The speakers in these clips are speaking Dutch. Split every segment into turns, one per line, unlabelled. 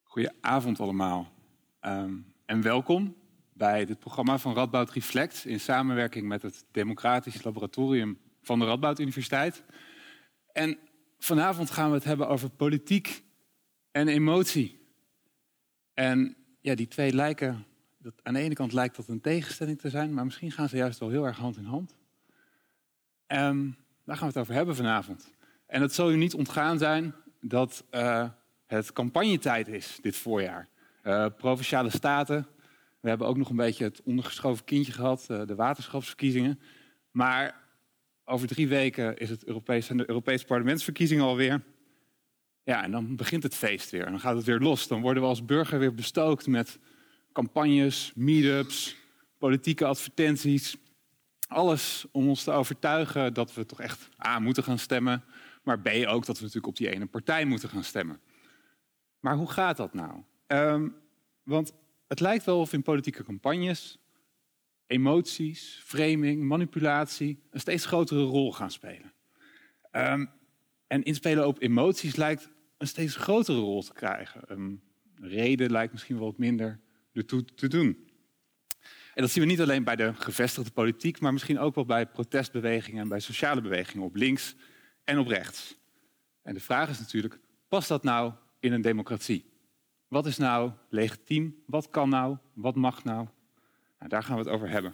Goedenavond allemaal en welkom bij dit programma van Radboud Reflect in samenwerking met het Democratisch Laboratorium van de Radboud Universiteit. En vanavond gaan we het hebben over politiek en emotie. En ja, die twee lijken, aan de ene kant lijkt dat een tegenstelling te zijn, maar misschien gaan ze juist wel heel erg hand in hand. Daar gaan we het over hebben vanavond. En het zal u niet ontgaan zijn dat het campagnetijd is dit voorjaar. Provinciale staten. We hebben ook nog een beetje het ondergeschoven kindje gehad, de waterschapsverkiezingen. Maar over 3 weken is het zijn de Europese parlementsverkiezingen alweer. Ja, en dan begint het feest weer. En dan gaat het weer los. Dan worden we als burger weer bestookt met campagnes, meetups, politieke advertenties. Alles om ons te overtuigen dat we toch echt A, moeten gaan stemmen. Maar B, ook dat we natuurlijk op die ene partij moeten gaan stemmen. Maar hoe gaat dat nou? Want het lijkt wel of in politieke campagnes emoties, framing, manipulatie een steeds grotere rol gaan spelen. En inspelen op emoties lijkt een steeds grotere rol te krijgen. Reden lijkt misschien wel wat minder ertoe te doen. En dat zien we niet alleen bij de gevestigde politiek, maar misschien ook wel bij protestbewegingen en bij sociale bewegingen op links en op rechts. En de vraag is natuurlijk, past dat nou in een democratie? Wat is nou legitiem? Wat kan nou? Wat mag nou? Nou, daar gaan we het over hebben.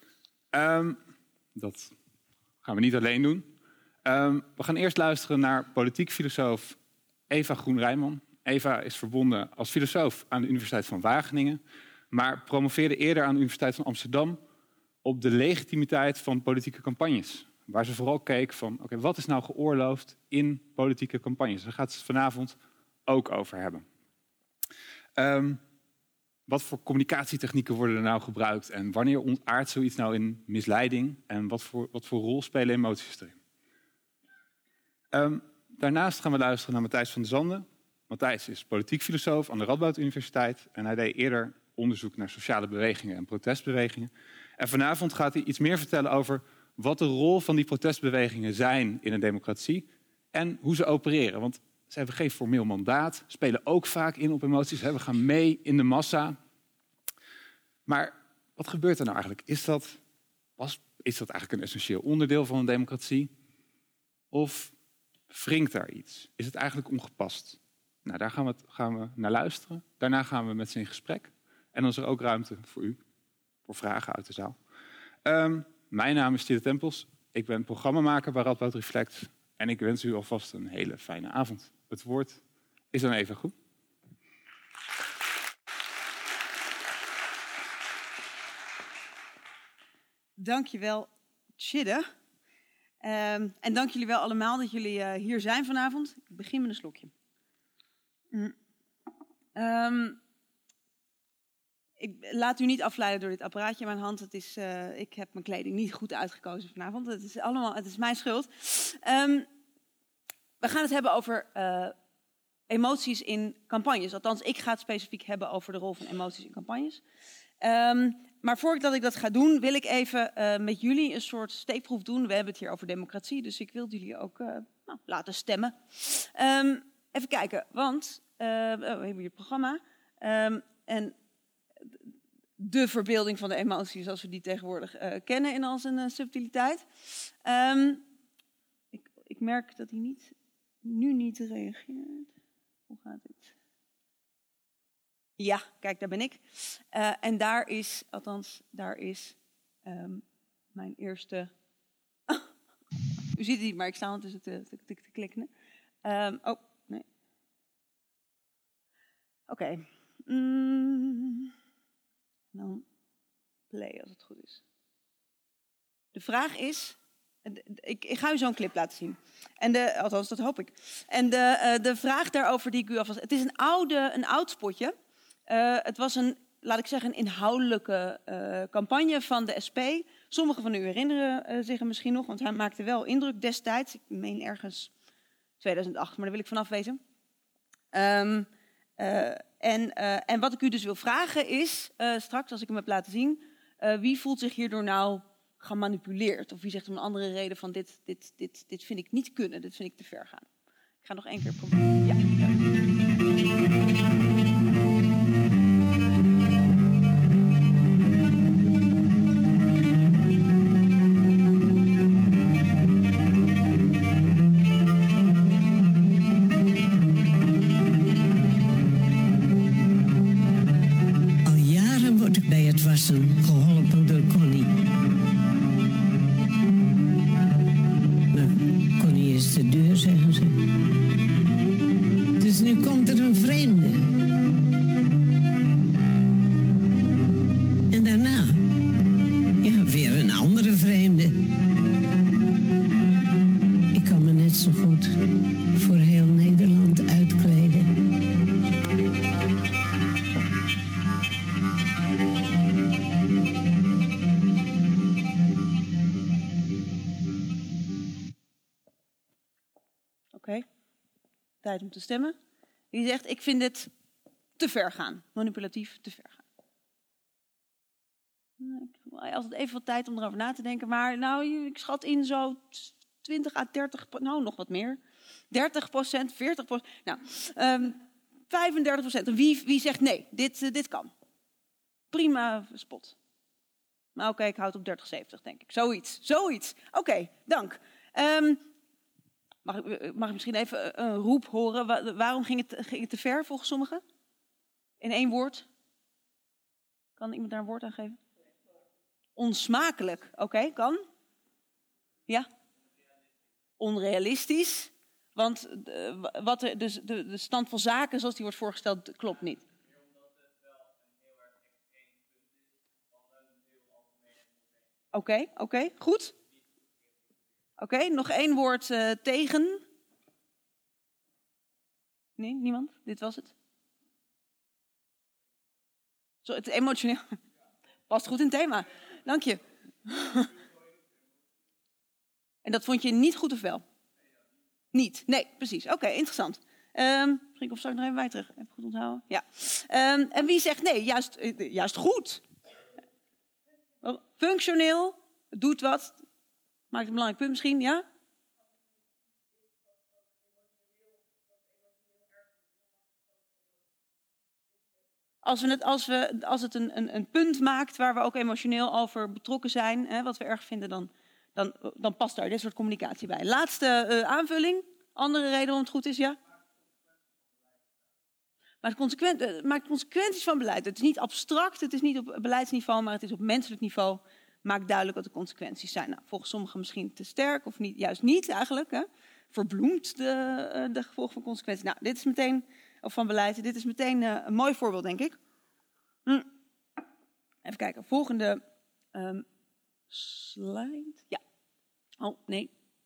Dat gaan we niet alleen doen. We gaan eerst luisteren naar politiek filosoof Eva Groen-Rijman. Eva is verbonden als filosoof aan de Universiteit van Wageningen, maar promoveerde eerder aan de Universiteit van Amsterdam op de legitimiteit van politieke campagnes. Waar ze vooral keek van, oké, wat is nou geoorloofd in politieke campagnes? Daar gaat ze het vanavond ook over hebben. Wat voor communicatietechnieken worden er nou gebruikt? En wanneer ontaardt zoiets nou in misleiding? En wat voor rol spelen emoties erin? Daarnaast gaan we luisteren naar Matthijs van der Zanden. Matthijs is politiek filosoof aan de Radboud Universiteit. En hij deed eerder onderzoek naar sociale bewegingen en protestbewegingen. En vanavond gaat hij iets meer vertellen over wat de rol van die protestbewegingen zijn in een democratie. En hoe ze opereren. Want ze hebben geen formeel mandaat, spelen ook vaak in op emoties. We gaan mee in de massa. Maar wat gebeurt er nou eigenlijk? Is dat eigenlijk een essentieel onderdeel van een democratie? Of wringt daar iets? Is het eigenlijk ongepast? Nou, daar gaan we naar luisteren. Daarna gaan we met ze in gesprek. En dan is er ook ruimte voor u, voor vragen uit de zaal. Mijn naam is Tjede Tempels. Ik ben programmamaker bij Radboud Reflect. En ik wens u alvast een hele fijne avond. Het woord is aan Eva Groen.
Dankjewel, Tjede. En dank jullie wel allemaal dat jullie hier zijn vanavond. Ik begin met een slokje. Ik laat u niet afleiden door dit apparaatje in mijn hand. Ik heb mijn kleding niet goed uitgekozen vanavond. Het is mijn schuld. We gaan het hebben over emoties in campagnes. Althans, ik ga het specifiek hebben over de rol van emoties in campagnes. Maar voordat ik dat ga doen, wil ik even met jullie een soort steekproef doen. We hebben het hier over democratie, dus ik wil jullie ook laten stemmen. Even kijken, want we hebben hier het programma. En de verbeelding van de emotie zoals we die tegenwoordig kennen in al zijn subtiliteit. Ik merk dat hij nu niet reageert. Hoe gaat het? Ja, kijk, daar ben ik. En daar is mijn eerste... U ziet het niet, maar ik sta ondertussen te klikken. Oh, nee. Oké. Dan play als het goed is. De vraag is... Ik ga u zo'n clip laten zien. Althans, dat hoop ik. En de vraag daarover die ik u alvast... Het is een oud spotje. Het was laat ik zeggen, een inhoudelijke campagne van de SP. Sommigen van u herinneren zich er misschien nog, want hij maakte wel indruk destijds. Ik meen ergens 2008, maar daar wil ik vanaf wezen. En wat ik u dus wil vragen is, straks als ik hem heb laten zien, wie voelt zich hierdoor nou gemanipuleerd? Of wie zegt om een andere reden van dit vind ik niet kunnen, dit vind ik te ver gaan. Ik ga nog 1 keer proberen. Ja.
Pasen, geholpen door Connie. Maar Connie is te duur, zeggen ze. Dus nu komt er een vreemde. En daarna, ja, weer een andere vreemde. Ik kan me net zo goed voor heel Nederland uitkleden.
Oké, tijd om te stemmen. Die zegt, ik vind dit te ver gaan. Manipulatief te ver gaan. Ik heb altijd even wat tijd om erover na te denken. Maar nou, ik schat in zo 20 à 30, nou nog wat meer. 30%, 40%, nou, 35%. En wie zegt nee, dit kan. Prima spot. Maar oké, ik houd op 30, 70, denk ik. Zoiets. Oké, dank. Mag ik misschien even een roep horen? Waarom ging het te ver volgens sommigen? In 1 woord? Kan iemand daar een woord aan geven? Onsmakelijk. Oké, kan? Ja? Onrealistisch. Want de stand van zaken zoals die wordt voorgesteld klopt niet. Oké, goed. Oké, nog 1 woord tegen. Nee, niemand? Dit was het. Zo, het emotioneel. Past goed in het thema. Dank je. En dat vond je niet goed of wel? Niet? Nee, precies. Oké, interessant. Misschien of zou ik nog even bij terug. Even goed onthouden. Ja. En wie zegt nee? Juist goed. Functioneel. Doet wat. Maakt een belangrijk punt misschien, ja? Als het een punt maakt waar we ook emotioneel over betrokken zijn, hè, wat we erg vinden, dan past daar dit soort communicatie bij. Laatste aanvulling. Andere reden waarom het goed is, ja? Maar het maakt consequenties van beleid. Het is niet abstract, het is niet op beleidsniveau, maar het is op menselijk niveau. Maakt duidelijk wat de consequenties zijn. Nou, volgens sommigen misschien te sterk of niet, juist niet eigenlijk. Hè? Verbloemt de gevolgen van consequenties. Nou, dit is meteen, of van beleid, dit is meteen een mooi voorbeeld, denk ik. Even kijken, volgende slide. Ja. Oh, nee.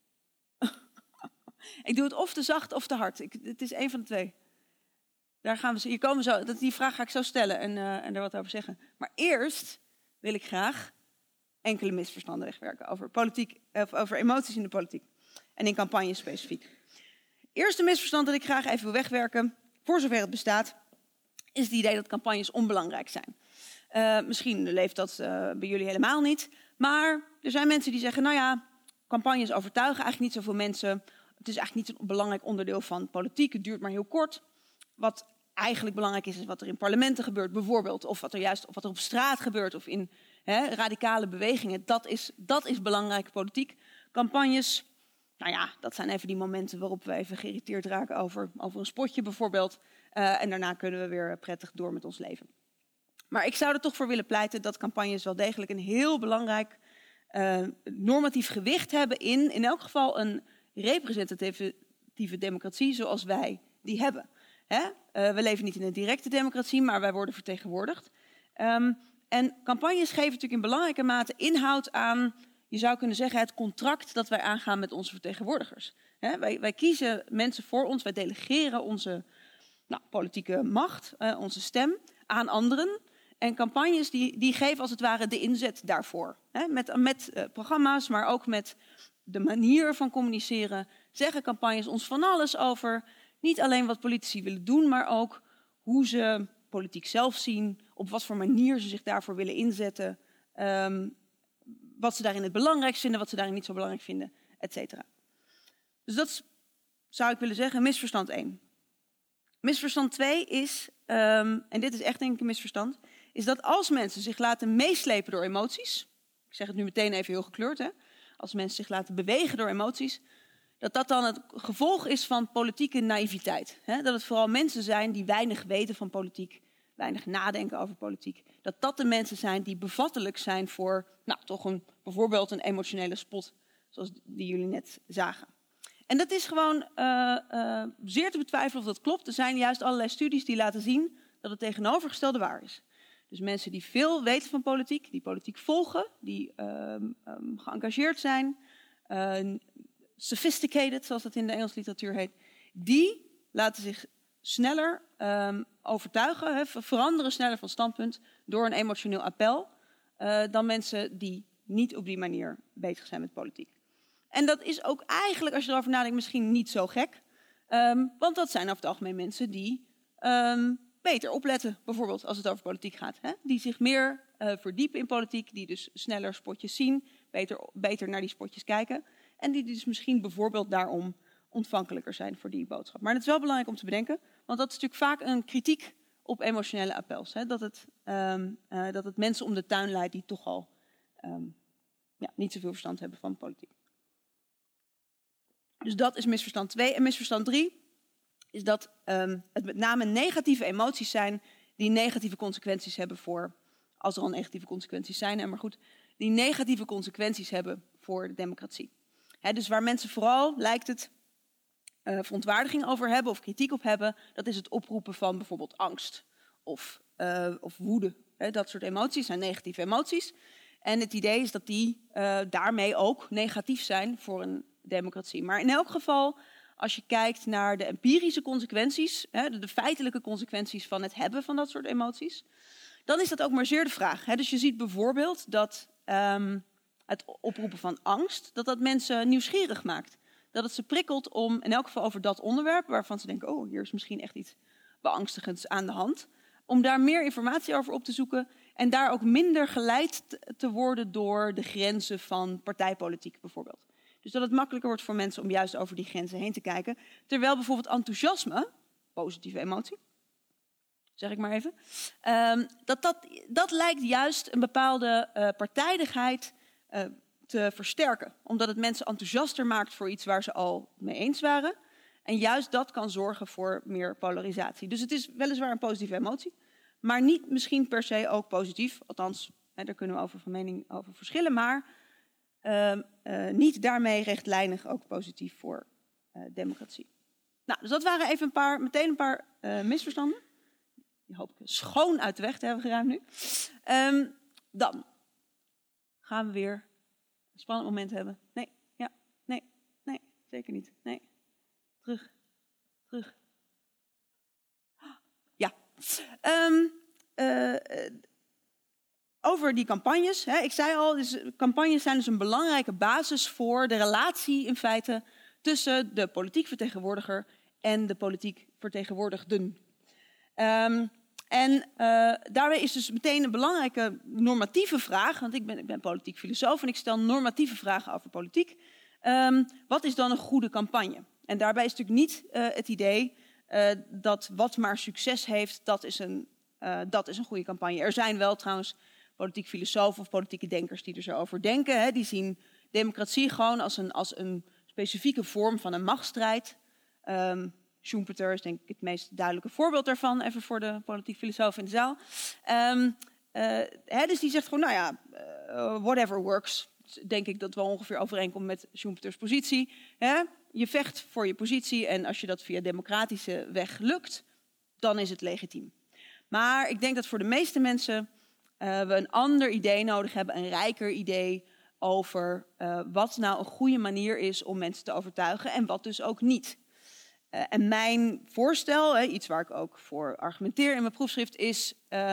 Ik doe het of te zacht of te hard. Het is 1 van de 2. Daar gaan we, hier komen we zo. Die vraag ga ik zo stellen en er wat over zeggen. Maar eerst wil ik graag enkele misverstanden wegwerken over politiek, over emoties in de politiek. En in campagnes specifiek. Eerste misverstand dat ik graag even wil wegwerken, voor zover het bestaat, is het idee dat campagnes onbelangrijk zijn. Misschien leeft dat bij jullie helemaal niet. Maar er zijn mensen die zeggen, nou ja, campagnes overtuigen eigenlijk niet zoveel mensen. Het is eigenlijk niet een belangrijk onderdeel van politiek. Het duurt maar heel kort. Wat eigenlijk belangrijk is wat er in parlementen gebeurt bijvoorbeeld. Of wat er op straat gebeurt of in radicale bewegingen. Dat is belangrijke politiek. Campagnes, nou ja, dat zijn even die momenten waarop we even geïrriteerd raken over een spotje bijvoorbeeld. En daarna kunnen we weer prettig door met ons leven. Maar ik zou er toch voor willen pleiten dat campagnes wel degelijk een heel belangrijk normatief gewicht hebben in elk geval een representatieve democratie zoals wij die hebben. We leven niet in een directe democratie, maar wij worden vertegenwoordigd. En campagnes geven natuurlijk in belangrijke mate inhoud aan, je zou kunnen zeggen, het contract dat wij aangaan met onze vertegenwoordigers. Wij kiezen mensen voor ons, wij delegeren onze politieke macht, onze stem aan anderen. En campagnes die geven als het ware de inzet daarvoor. Met programma's, maar ook met de manier van communiceren, zeggen campagnes ons van alles over. Niet alleen wat politici willen doen, maar ook hoe ze politiek zelf zien, op wat voor manier ze zich daarvoor willen inzetten, wat ze daarin het belangrijkst vinden, wat ze daarin niet zo belangrijk vinden, et cetera. Dus dat zou ik willen zeggen, misverstand 1. Misverstand 2 is, en dit is echt denk ik een misverstand, is dat als mensen zich laten meeslepen door emoties, ik zeg het nu meteen even heel gekleurd, hè, als mensen zich laten bewegen door emoties, dat dan het gevolg is van politieke naïviteit. Dat het vooral mensen zijn die weinig weten van politiek, weinig nadenken over politiek, dat de mensen zijn die bevattelijk zijn voor toch bijvoorbeeld een emotionele spot, zoals die jullie net zagen. En dat is gewoon zeer te betwijfelen of dat klopt. Er zijn juist allerlei studies die laten zien dat het tegenovergestelde waar is. Dus mensen die veel weten van politiek, die politiek volgen, die geëngageerd zijn, sophisticated, zoals dat in de Engelse literatuur heet, die laten zich sneller overtuigen, veranderen sneller van standpunt door een emotioneel appel dan mensen die niet op die manier bezig zijn met politiek. En dat is ook eigenlijk, als je erover nadenkt, misschien niet zo gek. Want dat zijn over het algemeen mensen die beter opletten, bijvoorbeeld als het over politiek gaat. Hè? Die zich meer verdiepen in politiek, die dus sneller spotjes zien, beter naar die spotjes kijken. En die dus misschien bijvoorbeeld daarom ontvankelijker zijn voor die boodschap. Maar het is wel belangrijk om te bedenken, want dat is natuurlijk vaak een kritiek op emotionele appels. Hè? Dat het mensen om de tuin leidt die toch al niet zoveel verstand hebben van politiek. Dus dat is misverstand 2. En misverstand 3 is dat het met name negatieve emoties zijn die negatieve consequenties hebben voor, als er al negatieve consequenties zijn, maar goed, die negatieve consequenties hebben voor de democratie. Dus waar mensen vooral, lijkt het, verontwaardiging over hebben of kritiek op hebben, dat is het oproepen van bijvoorbeeld angst of woede. Dat soort emoties zijn negatieve emoties. En het idee is dat die daarmee ook negatief zijn voor een democratie. Maar in elk geval, als je kijkt naar de empirische consequenties, de feitelijke consequenties van het hebben van dat soort emoties, dan is dat ook maar zeer de vraag. Dus je ziet bijvoorbeeld dat het oproepen van angst, dat mensen nieuwsgierig maakt. Dat het ze prikkelt om, in elk geval over dat onderwerp, waarvan ze denken, oh, hier is misschien echt iets beangstigends aan de hand, om daar meer informatie over op te zoeken en daar ook minder geleid te worden door de grenzen van partijpolitiek bijvoorbeeld. Dus dat het makkelijker wordt voor mensen om juist over die grenzen heen te kijken. Terwijl bijvoorbeeld enthousiasme, positieve emotie, zeg ik maar even, dat lijkt juist een bepaalde partijdigheid te versterken. Omdat het mensen enthousiaster maakt voor iets waar ze al mee eens waren. En juist dat kan zorgen voor meer polarisatie. Dus het is weliswaar een positieve emotie, maar niet misschien per se ook positief. Althans, daar kunnen we van mening over verschillen, maar niet daarmee rechtlijnig ook positief voor democratie. Nou, dus dat waren even meteen een paar misverstanden. Die hoop ik schoon uit de weg te hebben geruimd nu. Dan gaan we weer een spannend moment hebben. Nee, zeker niet. Nee, terug. Ja. Over die campagnes. Ik zei al, dus campagnes zijn dus een belangrijke basis voor de relatie in feite tussen de politiek vertegenwoordiger en de politiek vertegenwoordigden. Daarbij is dus meteen een belangrijke normatieve vraag, want ik ben politiek filosoof en ik stel normatieve vragen over politiek. Wat is dan een goede campagne? En daarbij is natuurlijk niet het idee dat wat maar succes heeft, dat is een goede campagne. Er zijn wel trouwens politiek filosofen of politieke denkers die er zo over denken. Die zien democratie gewoon als een specifieke vorm van een machtsstrijd. Schumpeter is denk ik het meest duidelijke voorbeeld daarvan, even voor de politiek filosoof in de zaal. Dus die zegt gewoon, whatever works. Dus denk ik dat wel ongeveer overeenkomt met Schumpeters positie. Je vecht voor je positie en als je dat via democratische weg lukt, dan is het legitiem. Maar ik denk dat voor de meeste mensen we een ander idee nodig hebben, een rijker idee over wat nou een goede manier is om mensen te overtuigen en wat dus ook niet. En mijn voorstel, iets waar ik ook voor argumenteer in mijn proefschrift, is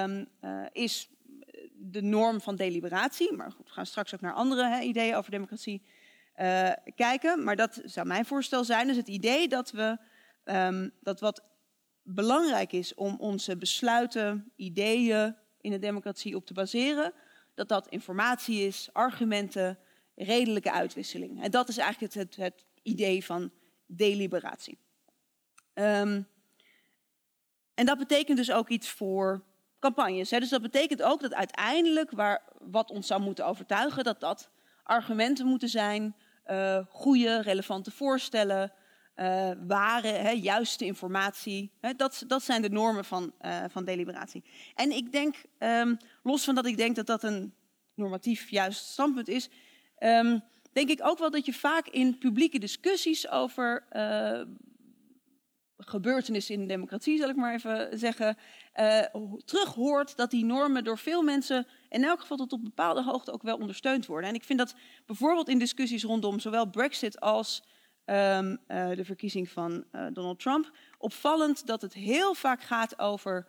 de norm van deliberatie. Maar goed, we gaan straks ook naar andere ideeën over democratie kijken. Maar dat zou mijn voorstel zijn. Dus het idee dat wat belangrijk is om onze besluiten, ideeën in de democratie op te baseren, dat informatie is, argumenten, redelijke uitwisseling. En dat is eigenlijk het idee van deliberatie. En dat betekent dus ook iets voor campagnes. Dus dat betekent ook dat uiteindelijk wat ons zou moeten overtuigen, dat argumenten moeten zijn, goede, relevante voorstellen, ware, juiste informatie. Dat zijn de normen van deliberatie. En ik denk, los van dat ik denk dat dat een normatief juist standpunt is, denk ik ook wel dat je vaak in publieke discussies over gebeurtenissen in de democratie, zal ik maar even zeggen, terug hoort dat die normen door veel mensen in elk geval tot op bepaalde hoogte ook wel ondersteund worden. En ik vind dat bijvoorbeeld in discussies rondom zowel Brexit als de verkiezing van Donald Trump opvallend dat het heel vaak gaat over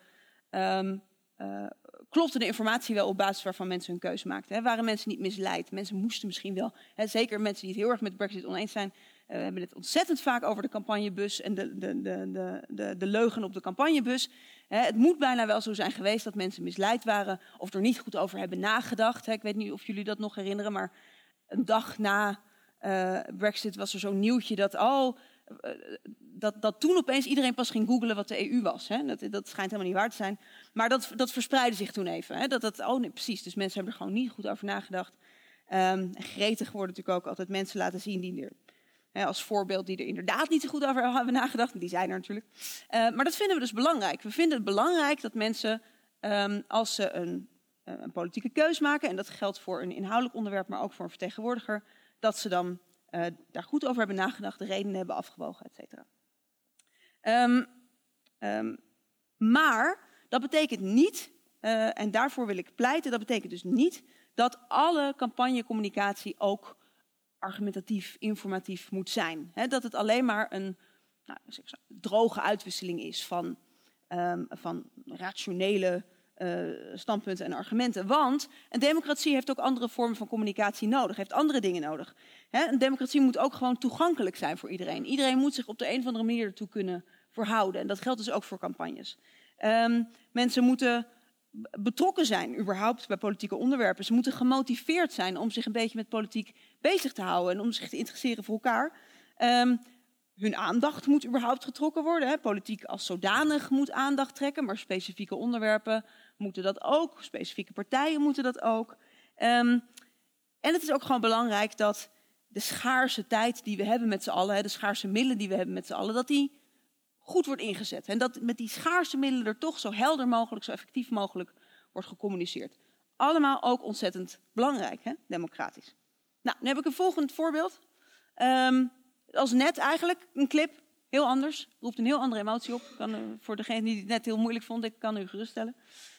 klopte de informatie wel op basis waarvan mensen hun keuze maakten. Waren mensen niet misleid? Mensen moesten misschien wel. Zeker mensen die het heel erg met Brexit oneens zijn, hebben het ontzettend vaak over de campagnebus en de leugen op de campagnebus. Het moet bijna wel zo zijn geweest dat mensen misleid waren of er niet goed over hebben nagedacht. Ik weet niet of jullie dat nog herinneren, maar een dag na Brexit was er zo'n nieuwtje dat toen opeens iedereen pas ging googlen wat de EU was. Dat schijnt helemaal niet waar te zijn. Maar dat verspreidde zich toen even. Nee, precies. Dus mensen hebben er gewoon niet goed over nagedacht. Gretig worden natuurlijk ook altijd mensen laten zien die er, als voorbeeld, die er inderdaad niet zo goed over hebben nagedacht. Die zijn er natuurlijk. Maar dat vinden we dus belangrijk. We vinden het belangrijk dat mensen, als ze een politieke keus maken, en dat geldt voor een inhoudelijk onderwerp, maar ook voor een vertegenwoordiger, dat ze dan daar goed over hebben nagedacht, de redenen hebben afgewogen, et cetera. Maar dat betekent niet, en daarvoor wil ik pleiten, dat betekent dus niet dat alle campagnecommunicatie ook argumentatief, informatief moet zijn. Dat het alleen maar een droge uitwisseling is van rationele standpunten en argumenten. Want een democratie heeft ook andere vormen van communicatie nodig, heeft andere dingen nodig. Een democratie moet ook gewoon toegankelijk zijn voor iedereen. Iedereen moet zich op de een of andere manier ertoe kunnen verhouden. En dat geldt dus ook voor campagnes. Mensen moeten betrokken zijn überhaupt bij politieke onderwerpen. Ze moeten gemotiveerd zijn om zich een beetje met politiek bezig te houden en om zich te interesseren voor elkaar. Hun aandacht moet überhaupt getrokken worden. Politiek als zodanig moet aandacht trekken, maar specifieke onderwerpen moeten dat ook. Specifieke partijen moeten dat ook. En het is ook gewoon belangrijk dat de schaarse tijd die we hebben met z'n allen, de schaarse middelen die we hebben met z'n allen, dat die goed wordt ingezet. En dat met die schaarse middelen er toch zo helder mogelijk, zo effectief mogelijk wordt gecommuniceerd. Allemaal ook ontzettend belangrijk, democratisch. Nou, nu heb ik een volgend voorbeeld. Als net eigenlijk, een clip, heel anders. Roept een heel andere emotie op. Voor degene die het net heel moeilijk vond, ik kan u geruststellen.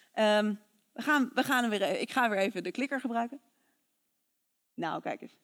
Ik ga weer even de klikker gebruiken. Nou, kijk eens.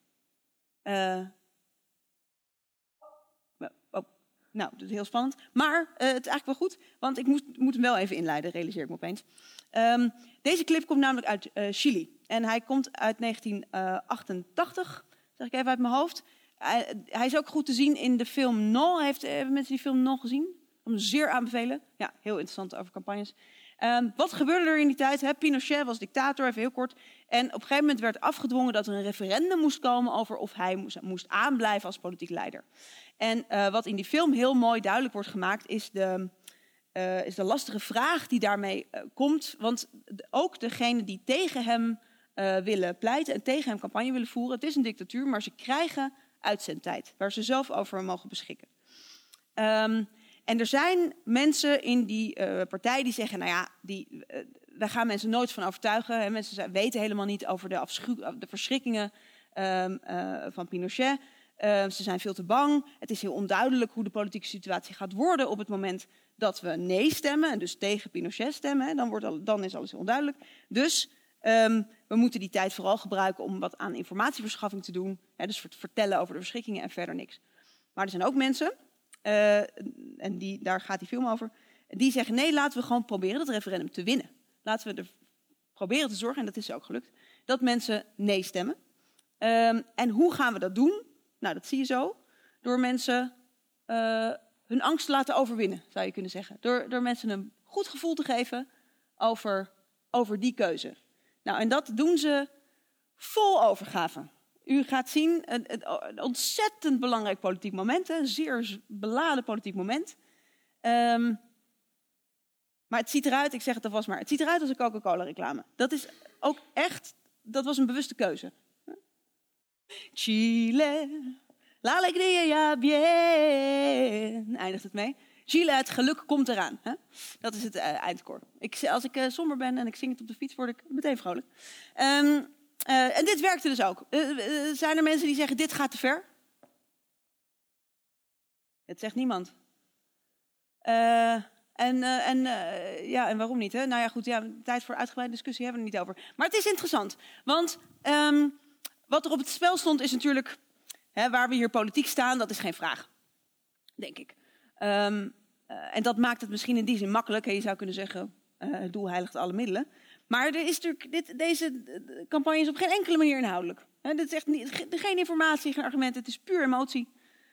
Nou, dat is heel spannend. Maar het is eigenlijk wel goed, want ik moet hem wel even inleiden, realiseer ik me opeens. Deze clip komt namelijk uit Chili. En hij komt uit 1988, zeg ik even uit mijn hoofd. Hij is ook goed te zien in de film No. Hebben mensen die film No gezien? Ik kan hem zeer aanbevelen. Ja, heel interessant over campagnes. Wat gebeurde er in die tijd? Pinochet was dictator, even heel kort. En op een gegeven moment werd afgedwongen dat er een referendum moest komen over of hij moest aanblijven als politiek leider. En wat in die film heel mooi duidelijk wordt gemaakt is de lastige vraag die daarmee komt. Want ook degenen die tegen hem willen pleiten en tegen hem campagne willen voeren, het is een dictatuur, maar ze krijgen uitzendtijd waar ze zelf over mogen beschikken. En er zijn mensen in die partij die zeggen, nou ja, wij gaan mensen nooit van overtuigen. Mensen weten helemaal niet over de verschrikkingen van Pinochet. Ze zijn veel te bang. Het is heel onduidelijk hoe de politieke situatie gaat worden op het moment dat we nee stemmen. En dus tegen Pinochet stemmen. Dan is alles heel onduidelijk. Dus we moeten die tijd vooral gebruiken om wat aan informatieverschaffing te doen. Dus vertellen over de verschrikkingen en verder niks. Maar er zijn ook mensen, en daar gaat die film over, die zeggen nee, laten we gewoon proberen dat referendum te winnen. Laten we er proberen te zorgen, en dat is ook gelukt, dat mensen nee stemmen. En hoe gaan we dat doen? Nou, dat zie je zo. Door mensen hun angst te laten overwinnen, zou je kunnen zeggen. Door mensen een goed gevoel te geven over die keuze. Nou, en dat doen ze vol overgave. U gaat zien, een ontzettend belangrijk politiek moment. Een zeer beladen politiek moment. Maar het ziet eruit, ik zeg het alvast maar, het ziet eruit als een Coca-Cola reclame. Dat is ook echt, dat was een bewuste keuze. Chile, L'alegría ya bien, eindigt het mee. Gilles, het geluk komt eraan. Hè? Dat is het eindkoor. Als ik somber ben en ik zing het op de fiets, word ik meteen vrolijk. En dit werkte dus ook. Zijn er mensen die zeggen, dit gaat te ver? Het zegt niemand. En waarom niet? Hè? Nou ja, goed, tijd voor uitgebreide discussie hebben we er niet over. Maar het is interessant, want wat er op het spel stond is natuurlijk, waar we hier politiek staan, dat is geen vraag, denk ik. En dat maakt het misschien in die zin makkelijk. Je zou kunnen zeggen, het doel heiligt alle middelen. Maar er is natuurlijk deze campagne is op geen enkele manier inhoudelijk. Dit is echt geen informatie, geen argument, het is puur emotie.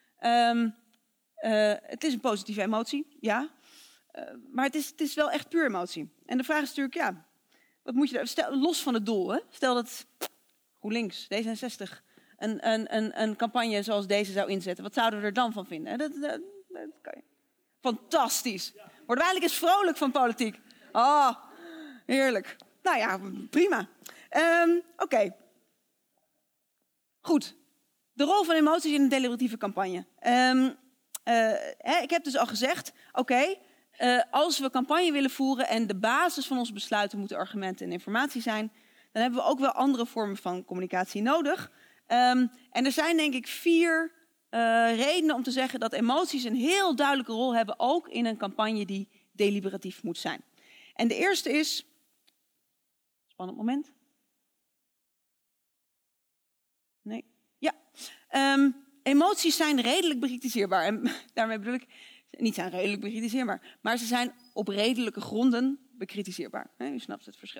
Het is een positieve emotie, ja. Maar het is wel echt puur emotie. En de vraag is natuurlijk, wat moet je daar... los van het doel, hè? Stel dat GroenLinks, D66, een campagne zoals deze zou inzetten. Wat zouden we er dan van vinden? Dat kan je. Fantastisch. Worden we eigenlijk eens vrolijk van politiek. Oh, heerlijk. Nou ja, prima. Oké. Goed. De rol van emoties in een deliberatieve campagne. Ik heb dus al gezegd, als we campagne willen voeren en de basis van onze besluiten moeten argumenten en informatie zijn, dan hebben we ook wel andere vormen van communicatie nodig. En er zijn denk ik 4 redenen om te zeggen dat emoties een heel duidelijke rol hebben, ook in een campagne die deliberatief moet zijn. En de eerste is, spannend moment. Nee. Ja. Emoties zijn redelijk bekritiseerbaar. En daarmee bedoel ik, niet zijn redelijk bekritiseerbaar, maar ze zijn op redelijke gronden bekritiseerbaar. U snapt het verschil.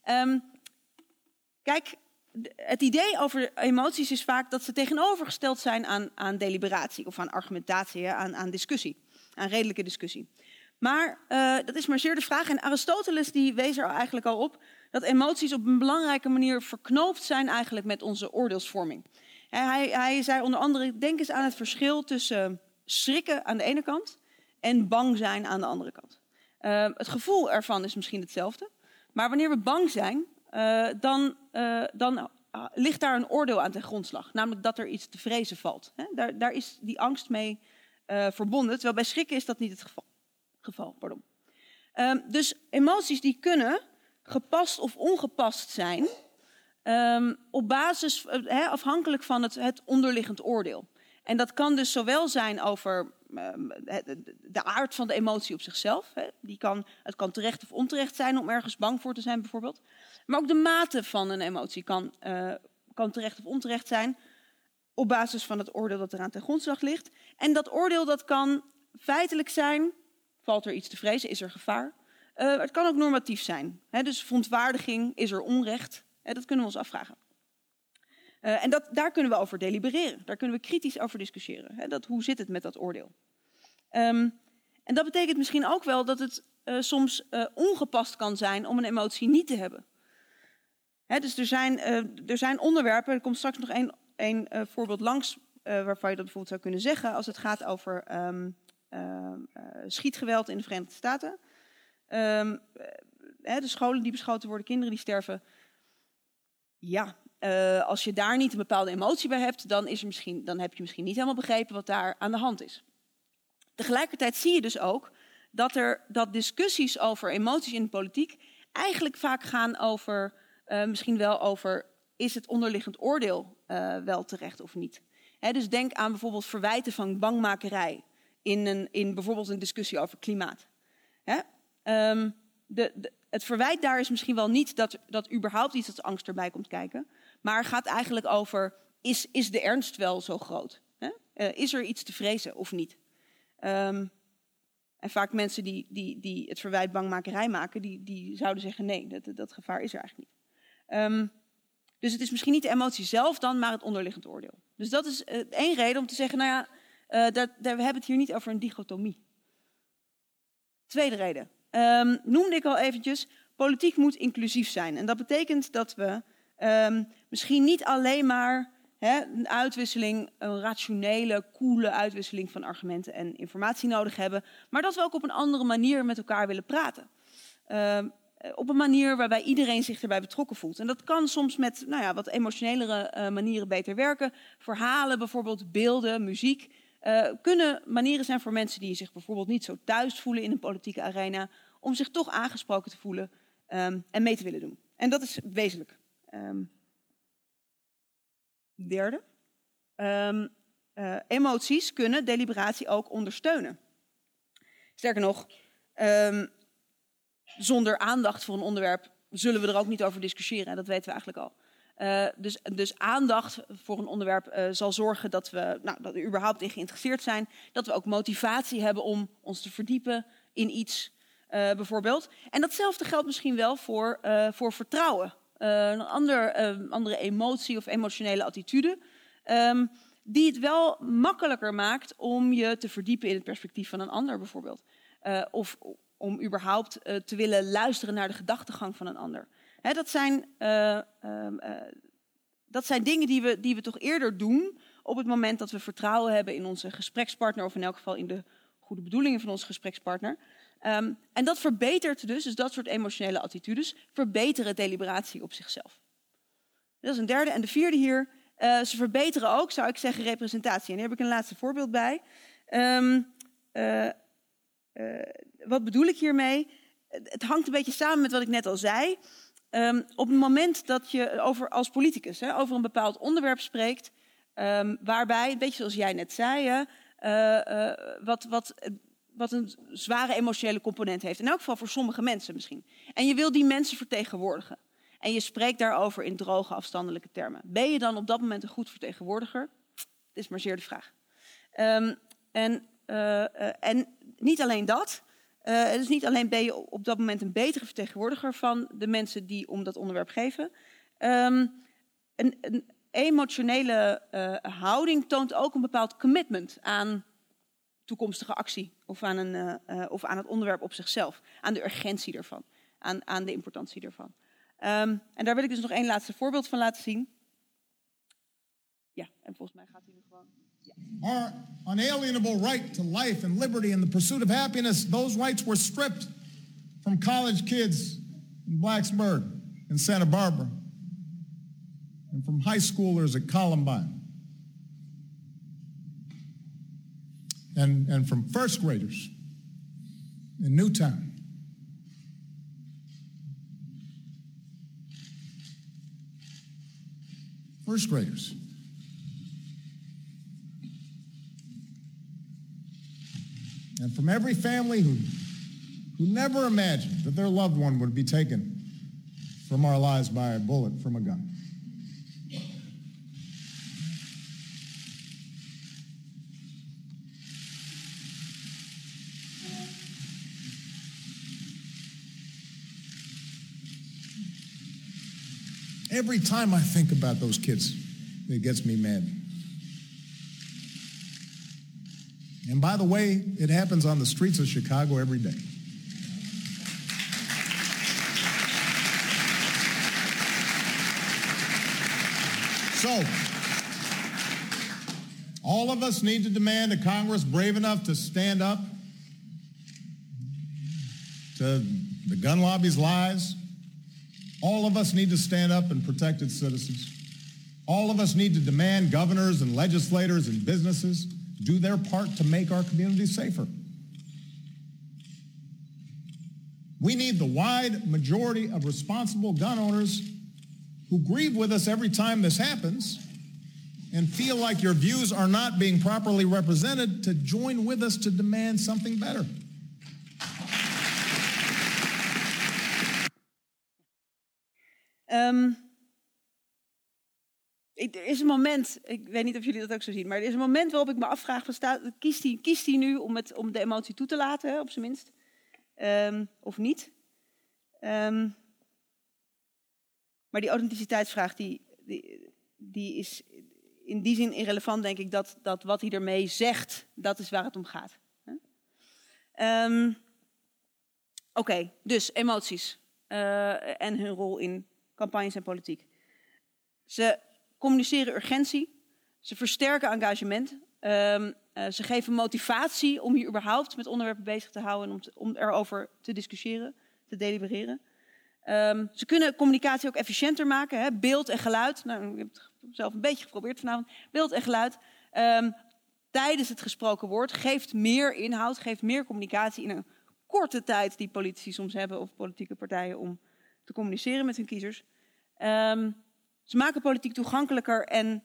Kijk, het idee over emoties is vaak dat ze tegenovergesteld zijn aan deliberatie of aan argumentatie, aan discussie, aan redelijke discussie. Maar dat is maar zeer de vraag. En Aristoteles die wees er eigenlijk al op dat emoties op een belangrijke manier verknoopt zijn eigenlijk met onze oordeelsvorming. Hij zei onder andere, denk eens aan het verschil tussen schrikken aan de ene kant en bang zijn aan de andere kant. Het gevoel ervan is misschien hetzelfde, maar wanneer we bang zijn, dan ligt daar een oordeel aan ten grondslag. Namelijk dat er iets te vrezen valt. Daar is die angst mee verbonden, terwijl bij schrikken is dat niet het geval. Dus emoties die kunnen gepast of ongepast zijn, op basis, afhankelijk van het onderliggend oordeel. En dat kan dus zowel zijn over de aard van de emotie op zichzelf. Het kan terecht of onterecht zijn om ergens bang voor te zijn bijvoorbeeld. Maar ook de mate van een emotie kan terecht of onterecht zijn op basis van het oordeel dat eraan ten grondslag ligt. En dat oordeel dat kan feitelijk zijn, valt er iets te vrezen, is er gevaar. Het kan ook normatief zijn. Dus verontwaardiging, is er onrecht? Dat kunnen we ons afvragen. En daar kunnen we over delibereren. Daar kunnen we kritisch over discussiëren. Hoe zit het met dat oordeel? En dat betekent misschien ook wel dat het soms ongepast kan zijn om een emotie niet te hebben. Dus er zijn onderwerpen, er komt straks nog één voorbeeld langs waarvan je dat bijvoorbeeld zou kunnen zeggen als het gaat over schietgeweld in de Verenigde Staten. De scholen die beschoten worden, kinderen die sterven. Ja, als je daar niet een bepaalde emotie bij hebt, dan heb je misschien niet helemaal begrepen wat daar aan de hand is. Tegelijkertijd zie je dus ook dat discussies over emoties in de politiek eigenlijk vaak gaan over, misschien wel over, is het onderliggend oordeel wel terecht of niet? Dus denk aan bijvoorbeeld verwijten van bangmakerij in bijvoorbeeld een discussie over klimaat. Het verwijt daar is misschien wel niet dat überhaupt iets als angst erbij komt kijken, maar gaat eigenlijk over, is de ernst wel zo groot? Is er iets te vrezen of niet? En vaak mensen die het verwijt bangmakerij maken, die zouden zeggen nee, dat gevaar is er eigenlijk niet. Dus het is misschien niet de emotie zelf dan, maar het onderliggend oordeel. Dus dat is één reden om te zeggen, we hebben het hier niet over een dichotomie. Tweede reden. Noemde ik al eventjes, politiek moet inclusief zijn. En dat betekent dat we misschien niet alleen maar een uitwisseling, een rationele, koele uitwisseling van argumenten en informatie nodig hebben, maar dat we ook op een andere manier met elkaar willen praten. op een manier waarbij iedereen zich erbij betrokken voelt. En dat kan soms met wat emotionelere manieren beter werken. Verhalen bijvoorbeeld, beelden, muziek. Kunnen manieren zijn voor mensen die zich bijvoorbeeld niet zo thuis voelen in een politieke arena, om zich toch aangesproken te voelen en mee te willen doen. En dat is wezenlijk. Derde. Emoties kunnen deliberatie ook ondersteunen. Sterker nog, zonder aandacht voor een onderwerp zullen we er ook niet over discussiëren. En dat weten we eigenlijk al. Dus aandacht voor een onderwerp zal zorgen dat we überhaupt in geïnteresseerd zijn. Dat we ook motivatie hebben om ons te verdiepen in iets, bijvoorbeeld. En datzelfde geldt misschien wel voor vertrouwen. Een andere emotie of emotionele attitude. Die het wel makkelijker maakt om je te verdiepen in het perspectief van een ander, bijvoorbeeld. Of om überhaupt te willen luisteren naar de gedachtegang van een ander. Dat zijn dingen die we toch eerder doen op het moment dat we vertrouwen hebben in onze gesprekspartner, of in elk geval in de goede bedoelingen van onze gesprekspartner. En dat verbetert dus dat soort emotionele attitudes verbeteren deliberatie op zichzelf. Dat is een derde. En de vierde hier, ze verbeteren ook, zou ik zeggen, representatie. En hier heb ik een laatste voorbeeld bij. Wat bedoel ik hiermee? Het hangt een beetje samen met wat ik net al zei. Op het moment dat je als politicus over een bepaald onderwerp spreekt, waarbij, een beetje zoals jij net zei, wat een zware emotionele component heeft. In elk geval voor sommige mensen misschien. En je wil die mensen vertegenwoordigen. En je spreekt daarover in droge, afstandelijke termen. Ben je dan op dat moment een goed vertegenwoordiger? Het is maar zeer de vraag. En niet alleen dat. Dus niet alleen ben je op dat moment een betere vertegenwoordiger van de mensen die om dat onderwerp geven. Een emotionele houding toont ook een bepaald commitment aan toekomstige actie. Of aan het onderwerp op zichzelf. Aan de urgentie ervan. Aan de importantie ervan. En daar wil ik dus nog één laatste voorbeeld van laten zien. Ja, en volgens mij gaat hij nu gewoon. Ja.
Our unalienable right to life and liberty and the pursuit of happiness, those rights were stripped from college kids in Blacksburg and Santa Barbara and from high schoolers at Columbine and from first graders in Newtown. First graders. And from every family who never imagined that their loved one would be taken from our lives by a bullet from a gun. Every time I think about those kids, it gets me mad. And by the way, it happens on the streets of Chicago every day. So, all of us need to demand a Congress brave enough to stand up to the gun lobby's lies. All of us need to stand up and protect its citizens. All of us need to demand governors and legislators and businesses do their part to make our communities safer. We need the wide majority of responsible gun owners who grieve with us every time this happens and feel like your views are not being properly represented to join with us to demand something better.
Er is een moment, ik weet niet of jullie dat ook zo zien, maar er is een moment waarop ik me afvraag, kiest hij nu om de emotie toe te laten, op zijn minst, of niet? Maar die authenticiteitsvraag, die is in die zin irrelevant, denk ik, dat wat hij ermee zegt, dat is waar het om gaat. Oké, dus emoties en hun rol in campagnes en politiek. Ze communiceren urgentie, ze versterken engagement, ze geven motivatie om je überhaupt met onderwerpen bezig te houden en om erover te discussiëren, te delibereren. Ze kunnen communicatie ook efficiënter maken. Hè? Beeld en geluid. Nou, ik heb het zelf een beetje geprobeerd vanavond. Beeld en geluid. Tijdens het gesproken woord geeft meer inhoud, geeft meer communicatie in een korte tijd die politici soms hebben of politieke partijen om te communiceren met hun kiezers. Ze maken politiek toegankelijker en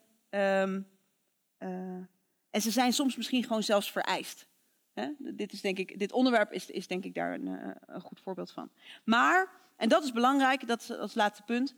ze zijn soms misschien gewoon zelfs vereist. Hè? Dit onderwerp is denk ik daar een goed voorbeeld van. Maar, en dat is belangrijk, dat is als laatste punt,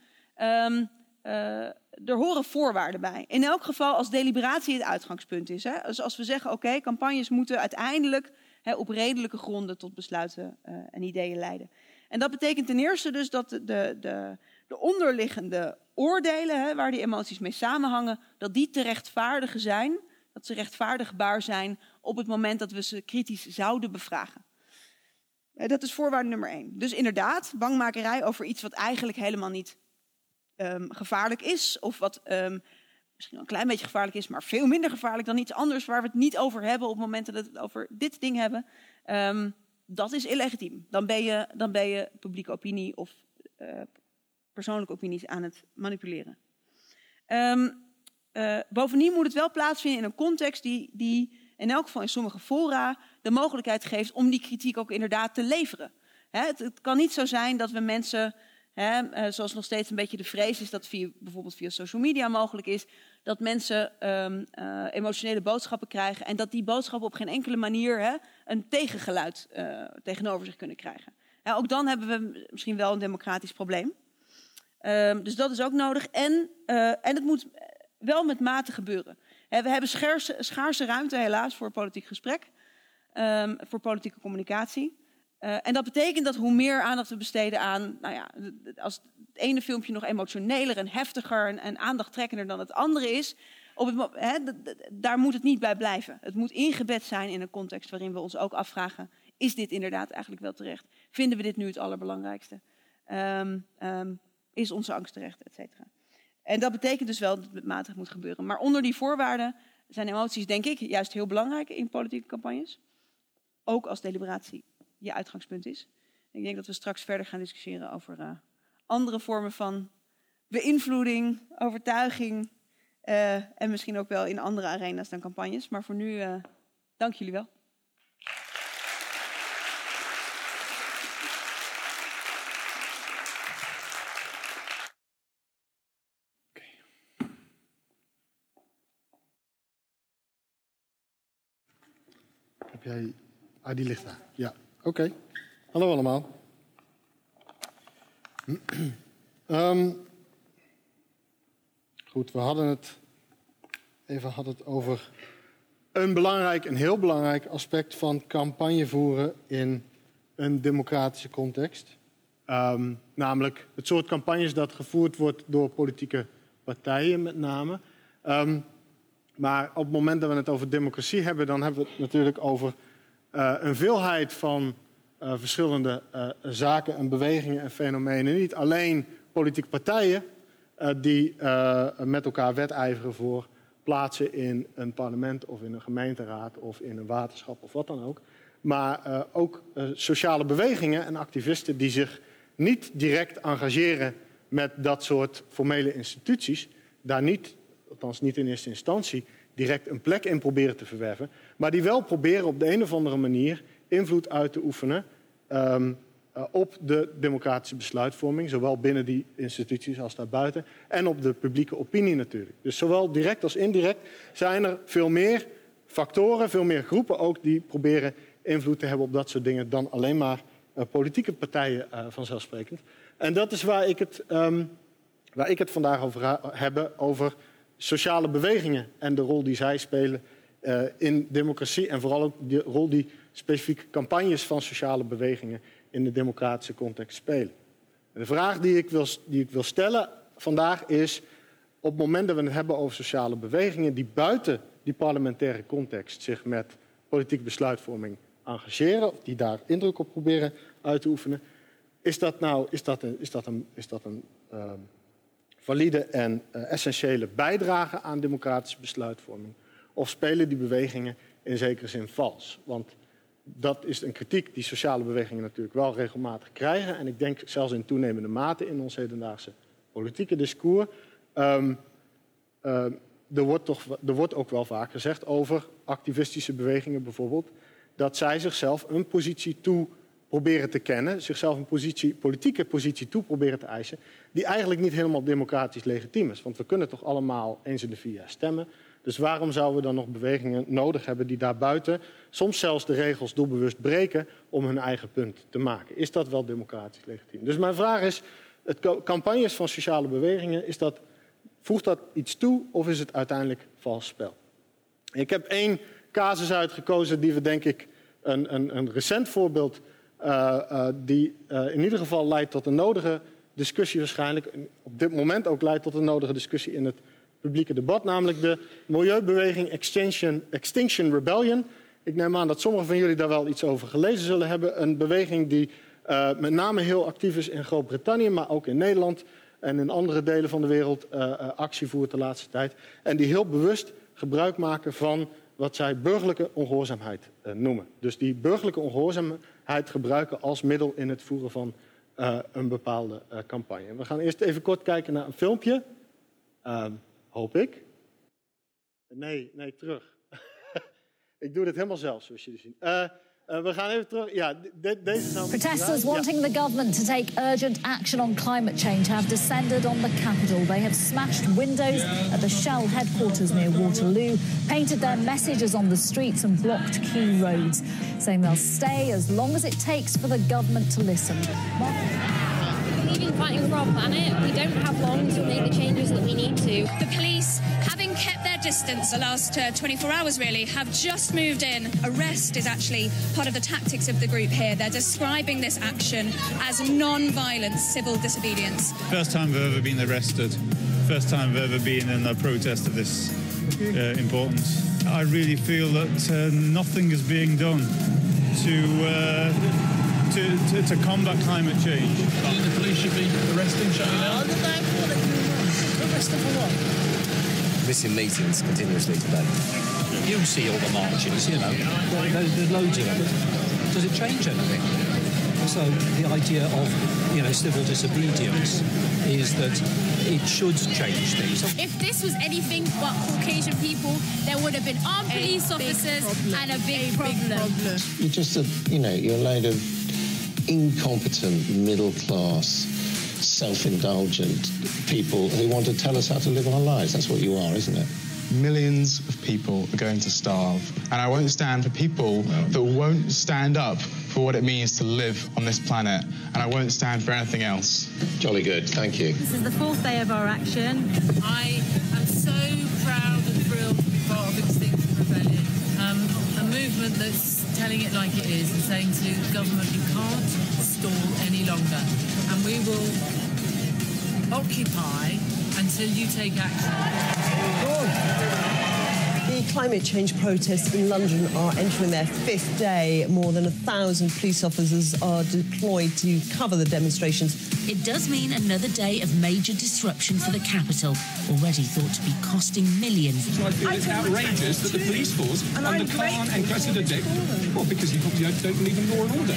er horen voorwaarden bij. In elk geval als deliberatie het uitgangspunt is. Hè? Dus als we zeggen, oké, campagnes moeten uiteindelijk op redelijke gronden tot besluiten en ideeën leiden. En dat betekent ten eerste dus dat de onderliggende oordelen, waar die emoties mee samenhangen, dat die te rechtvaardigen zijn, dat ze rechtvaardigbaar zijn op het moment dat we ze kritisch zouden bevragen. Dat is voorwaarde nummer 1. Dus inderdaad, bangmakerij over iets wat eigenlijk helemaal niet gevaarlijk is, of wat misschien wel een klein beetje gevaarlijk is, maar veel minder gevaarlijk dan iets anders waar we het niet over hebben op momenten dat we het over dit ding hebben, dat is illegitiem. Dan ben je publieke opinie of persoonlijke opinies aan het manipuleren. Bovendien moet het wel plaatsvinden in een context die in elk geval in sommige fora de mogelijkheid geeft om die kritiek ook inderdaad te leveren. Het kan niet zo zijn dat we mensen, zoals nog steeds een beetje de vrees is dat bijvoorbeeld via social media mogelijk is, dat mensen emotionele boodschappen krijgen en dat die boodschappen op geen enkele manier een tegengeluid tegenover zich kunnen krijgen. Ook dan hebben we misschien wel een democratisch probleem. Dus dat is ook nodig. En het moet wel met mate gebeuren. We hebben schaarse ruimte helaas voor politiek gesprek, voor politieke communicatie. En dat betekent dat hoe meer aandacht we besteden aan, als het ene filmpje nog emotioneler en heftiger en aandachttrekkender dan het andere is, daar moet het niet bij blijven. Het moet ingebed zijn in een context waarin we ons ook afvragen, is dit inderdaad eigenlijk wel terecht? Vinden we dit nu het allerbelangrijkste? Is onze angst terecht, et cetera? En dat betekent dus wel dat het met mate moet gebeuren. Maar onder die voorwaarden zijn emoties, denk ik, juist heel belangrijk in politieke campagnes. Ook als deliberatie je uitgangspunt is. Ik denk dat we straks verder gaan discussiëren over andere vormen van beïnvloeding, overtuiging en misschien ook wel in andere arena's dan campagnes. Maar voor nu, dank jullie wel.
Heb jij... die ligt daar. Ja, oké. Hallo allemaal. Goed, we hadden het over een heel belangrijk aspect van campagne voeren in een democratische context. Namelijk het soort campagnes dat gevoerd wordt door politieke partijen met name. Maar op het moment dat we het over democratie hebben, dan hebben we het natuurlijk over een veelheid van verschillende zaken en bewegingen en fenomenen. Niet alleen politieke partijen die met elkaar wedijveren voor plaatsen in een parlement of in een gemeenteraad of in een waterschap of wat dan ook. Maar ook sociale bewegingen en activisten die zich niet direct engageren met dat soort formele instituties, daar niet, althans niet in eerste instantie, direct een plek in proberen te verwerven, maar die wel proberen op de een of andere manier invloed uit te oefenen op de democratische besluitvorming, zowel binnen die instituties als daarbuiten, en op de publieke opinie natuurlijk. Dus zowel direct als indirect zijn er veel meer factoren, veel meer groepen ook die proberen invloed te hebben op dat soort dingen dan alleen maar politieke partijen vanzelfsprekend. En dat is waar ik het vandaag over heb, over sociale bewegingen en de rol die zij spelen in democratie en vooral ook de rol die specifieke campagnes van sociale bewegingen in de democratische context spelen. En de vraag die ik wil stellen vandaag is, op het moment dat we het hebben over sociale bewegingen die buiten die parlementaire context zich met politieke besluitvorming engageren, of die daar indruk op proberen uit te oefenen, is dat een valide en essentiële bijdrage aan democratische besluitvorming? Of spelen die bewegingen in zekere zin vals? Want Dat is een kritiek die sociale bewegingen natuurlijk wel regelmatig krijgen. En ik denk zelfs in toenemende mate in ons hedendaagse politieke discours. Er wordt ook wel vaak gezegd over activistische bewegingen bijvoorbeeld, dat zij zichzelf een positie toe proberen te kennen, zichzelf een politieke positie toe proberen te eisen, die eigenlijk niet helemaal democratisch legitiem is. Want we kunnen toch allemaal eens in de 4 jaar stemmen. Dus waarom zouden we dan nog bewegingen nodig hebben die daarbuiten soms zelfs de regels doelbewust breken om hun eigen punt te maken? Is dat wel democratisch legitiem? Dus mijn vraag is, campagnes van sociale bewegingen, voegt dat iets toe of is het uiteindelijk vals spel? Ik heb 1 casus uitgekozen die we denk ik een recent voorbeeld die in ieder geval leidt tot een nodige discussie waarschijnlijk. Op dit moment ook leidt tot een nodige discussie in het publieke debat. Namelijk de milieubeweging Extinction Rebellion. Ik neem aan dat sommigen van jullie daar wel iets over gelezen zullen hebben. Een beweging die met name heel actief is in Groot-Brittannië, maar ook in Nederland en in andere delen van de wereld actie voert de laatste tijd. En die heel bewust gebruik maken van wat zij burgerlijke ongehoorzaamheid noemen. Dus die burgerlijke ongehoorzaamheid gebruiken als middel in het voeren van een bepaalde campagne. We gaan eerst even kort kijken naar een filmpje. Hoop ik. Nee, terug. Ik doe dit helemaal zelf, zoals jullie zien. We gaan even terug. Ja, deze zou...
Protesters wanting the government to take urgent action on climate change have descended on the capital. They have smashed windows at the Shell headquarters near Waterloo, painted their messages on the streets and blocked key roads, saying they'll stay as long as it takes for the government to listen.
Leaving fighting for our planet, we don't have long to make the changes that we need to.
The police, having kept their distance the last 24 hours really, have just moved in. Arrest is actually part of the tactics of the group here. They're describing this action as non-violent civil disobedience.
First time we've ever been arrested. First time we've ever been in a protest of this importance. I really feel that nothing is being done to combat climate change.
The police should be arresting, shutting down.
Arrested for what?
Missing meetings continuously today. You see all the marches, you know. There's loads of them. Does it change anything? So the idea of, civil disobedience is that it should change things.
If this was anything but Caucasian people, there would have been armed police officers and a big problem.
You're just you're a load of incompetent, middle-class, self-indulgent people who want to tell us how to live our lives. That's what you are, isn't it?
Millions of people are going to starve. And I won't stand for people that won't stand up for what it means to live on this planet. And I won't stand for anything else.
Jolly good, thank you.
This is the 4th day of our action.
I am so proud and thrilled to be part of Extinction Rebellion. A movement that's telling it like it is and saying to the government, you can't stall any longer. And we will occupy until you take action.
The climate change protests in London are entering their 5th day. More than 1,000 police officers are deployed to cover the demonstrations.
It does mean another day of major disruption for the capital, already thought to be costing millions.
I feel it's outrageous that the police force under Khan and Cressida Dick, well, because you probably don't believe in law and order.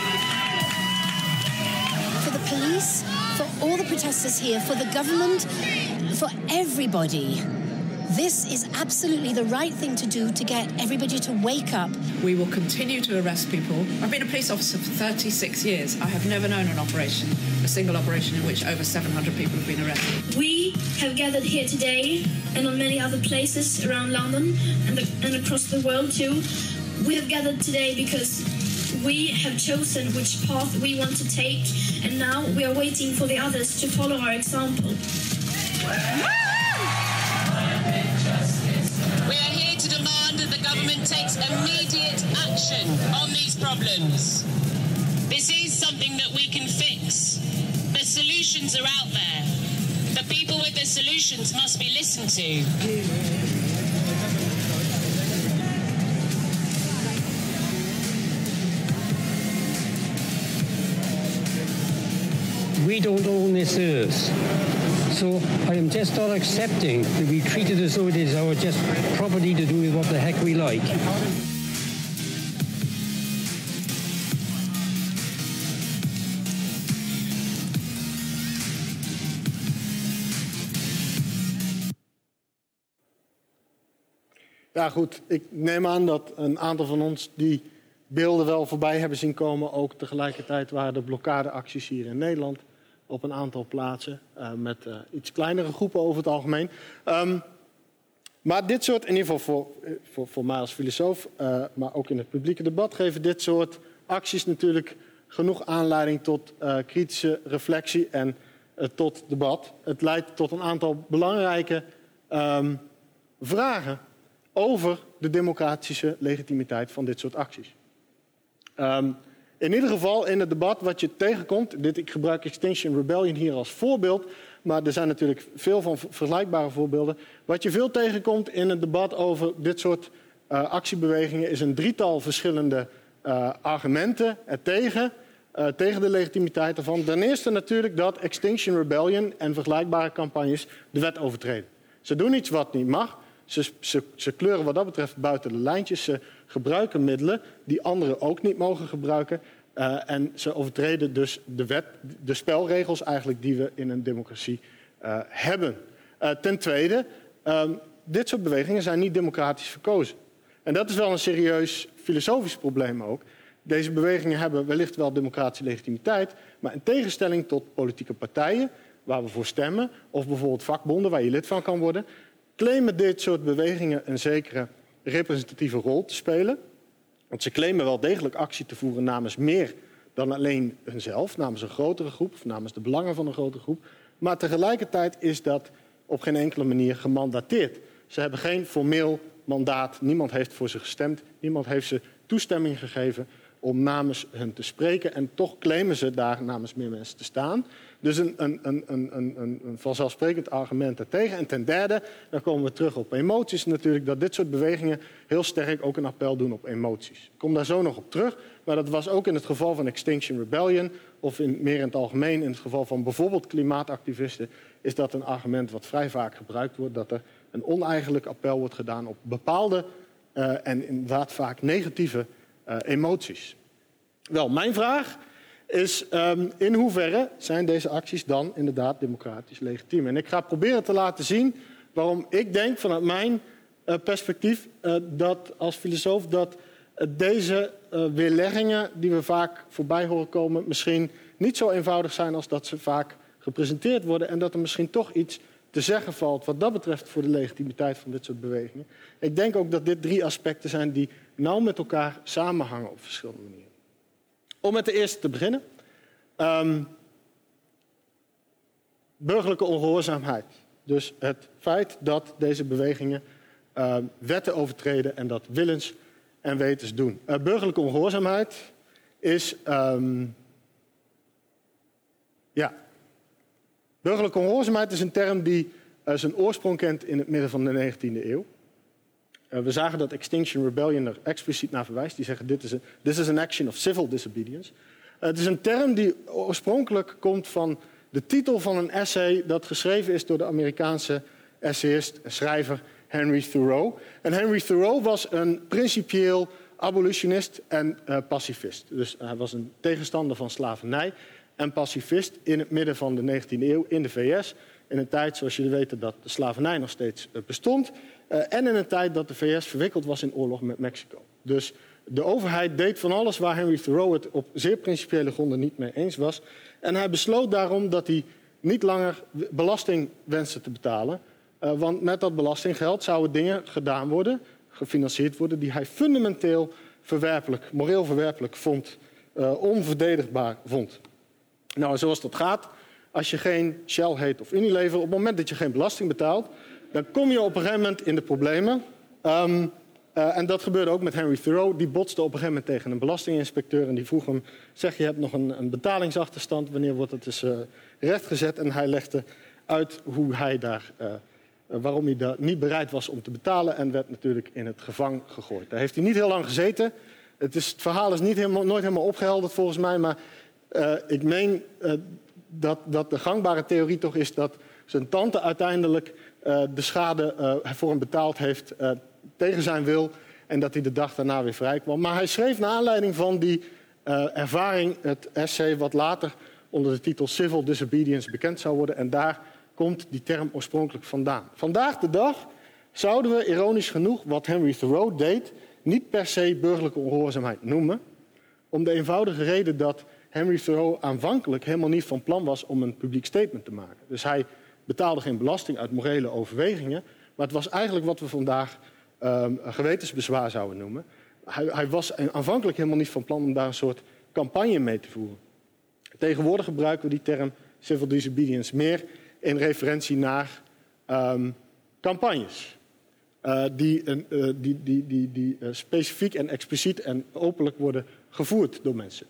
For the police, for all the protesters here, for the government, for everybody. This is absolutely the right thing to do to get everybody to wake up.
We will continue to arrest people. I've been a police officer for 36 years. I have never known a single operation in which over 700 people have been arrested.
We have gathered here today and on many other places around London and across the world too. We have gathered today because we have chosen which path we want to take, and now we are waiting for the others to follow our example.
We are here to demand that the government takes immediate action on these problems. This is something that we can fix. The solutions are out there. The people with the solutions must be listened to.
We don't own this earth. So I am just not accepting to be treated as though it is our just property to do with what the heck we like.
Ja goed, ik neem aan dat een aantal van ons die beelden wel voorbij hebben zien komen. Ook tegelijkertijd waren er blokkadeacties hier in Nederland op een aantal plaatsen. Met iets kleinere groepen over het algemeen. Maar dit soort, in ieder geval voor mij als filosoof, maar ook in het publieke debat, geven dit soort acties natuurlijk genoeg aanleiding tot kritische reflectie en tot debat. Het leidt tot een aantal belangrijke vragen over de democratische legitimiteit van dit soort acties. In ieder geval in het debat wat je tegenkomt, ik gebruik Extinction Rebellion hier als voorbeeld, maar er zijn natuurlijk veel van vergelijkbare voorbeelden. Wat je veel tegenkomt in het debat over dit soort actiebewegingen is een drietal verschillende argumenten tegen de legitimiteit ervan. Ten eerste natuurlijk dat Extinction Rebellion en vergelijkbare campagnes de wet overtreden. Ze doen iets wat niet mag. Ze kleuren wat dat betreft buiten de lijntjes. Ze gebruiken middelen die anderen ook niet mogen gebruiken. En ze overtreden dus de wet, de spelregels eigenlijk die we in een democratie hebben. Ten tweede, dit soort bewegingen zijn niet democratisch verkozen. En dat is wel een serieus filosofisch probleem ook. Deze bewegingen hebben wellicht wel democratische legitimiteit, maar in tegenstelling tot politieke partijen waar we voor stemmen, of bijvoorbeeld vakbonden waar je lid van kan worden, claimen dit soort bewegingen een zekere representatieve rol te spelen. Want ze claimen wel degelijk actie te voeren namens meer dan alleen hunzelf, namens een grotere groep, of namens de belangen van een grotere groep. Maar tegelijkertijd is dat op geen enkele manier gemandateerd. Ze hebben geen formeel mandaat, niemand heeft voor ze gestemd, niemand heeft ze toestemming gegeven om namens hen te spreken. En toch claimen ze daar namens meer mensen te staan. Dus een vanzelfsprekend argument daartegen. En ten derde, dan komen we terug op emoties natuurlijk, dat dit soort bewegingen heel sterk ook een appel doen op emoties. Ik kom daar zo nog op terug, maar dat was ook in het geval van Extinction Rebellion, of meer in het algemeen in het geval van bijvoorbeeld klimaatactivisten, is dat een argument wat vrij vaak gebruikt wordt, dat er een oneigenlijk appel wordt gedaan op bepaalde en inderdaad vaak negatieve emoties. Wel, mijn vraag is in hoeverre zijn deze acties dan inderdaad democratisch legitiem? En ik ga proberen te laten zien waarom ik denk vanuit mijn perspectief dat als filosoof dat deze weerleggingen die we vaak voorbij horen komen misschien niet zo eenvoudig zijn als dat ze vaak gepresenteerd worden en dat er misschien toch iets te zeggen valt wat dat betreft voor de legitimiteit van dit soort bewegingen. Ik denk ook dat dit 3 aspecten zijn die nauw met elkaar samenhangen op verschillende manieren. Om met de eerste te beginnen. Burgerlijke ongehoorzaamheid. Dus het feit dat deze bewegingen wetten overtreden en dat willens en wetens doen. Burgerlijke ongehoorzaamheid is... Burgerlijke ongehoorzaamheid is een term die zijn oorsprong kent in het midden van de 19e eeuw. We zagen dat Extinction Rebellion er expliciet naar verwijst. Die zeggen, this is an action of civil disobedience. Het is een term die oorspronkelijk komt van de titel van een essay dat geschreven is door de Amerikaanse essayist en schrijver Henry Thoreau. En Henry Thoreau was een principieel abolitionist en pacifist. Dus hij was een tegenstander van slavernij en pacifist in het midden van de 19e eeuw in de VS. In een tijd, zoals jullie weten, dat de slavernij nog steeds bestond. En in een tijd dat de VS verwikkeld was in oorlog met Mexico. Dus de overheid deed van alles waar Henry Thoreau het op zeer principiële gronden niet mee eens was. En hij besloot daarom dat hij niet langer belasting wenste te betalen. Want met dat belastinggeld zouden dingen gedaan worden, gefinancierd worden, die hij fundamenteel verwerpelijk, moreel verwerpelijk vond, onverdedigbaar vond. Nou, zoals dat gaat, als je geen Shell heet of Unilever, op het moment dat je geen belasting betaalt, dan kom je op een gegeven moment in de problemen. En dat gebeurde ook met Henry Thoreau. Die botste op een gegeven moment tegen een belastinginspecteur en die vroeg hem, zeg, je hebt nog een betalingsachterstand, wanneer wordt het dus rechtgezet? En hij legde uit hoe hij waarom hij daar niet bereid was om te betalen en werd natuurlijk in het gevangen gegooid. Daar heeft hij niet heel lang gezeten. Het verhaal is nooit helemaal opgehelderd volgens mij, maar ik meen dat de gangbare theorie toch is dat zijn tante uiteindelijk de schade voor hem betaald heeft tegen zijn wil en dat hij de dag daarna weer vrij kwam. Maar hij schreef naar aanleiding van die ervaring het essay wat later onder de titel Civil Disobedience bekend zou worden en daar komt die term oorspronkelijk vandaan. Vandaag de dag zouden we, ironisch genoeg, wat Henry Thoreau deed, niet per se burgerlijke ongehoorzaamheid noemen. Om de eenvoudige reden dat Henry Thoreau aanvankelijk helemaal niet van plan was om een publiek statement te maken. Dus hij betaalde geen belasting uit morele overwegingen. Maar het was eigenlijk wat we vandaag gewetensbezwaar zouden noemen. Hij was aanvankelijk helemaal niet van plan om daar een soort campagne mee te voeren. Tegenwoordig gebruiken we die term civil disobedience meer in referentie naar campagnes. Die specifiek en expliciet en openlijk worden gevoerd door mensen.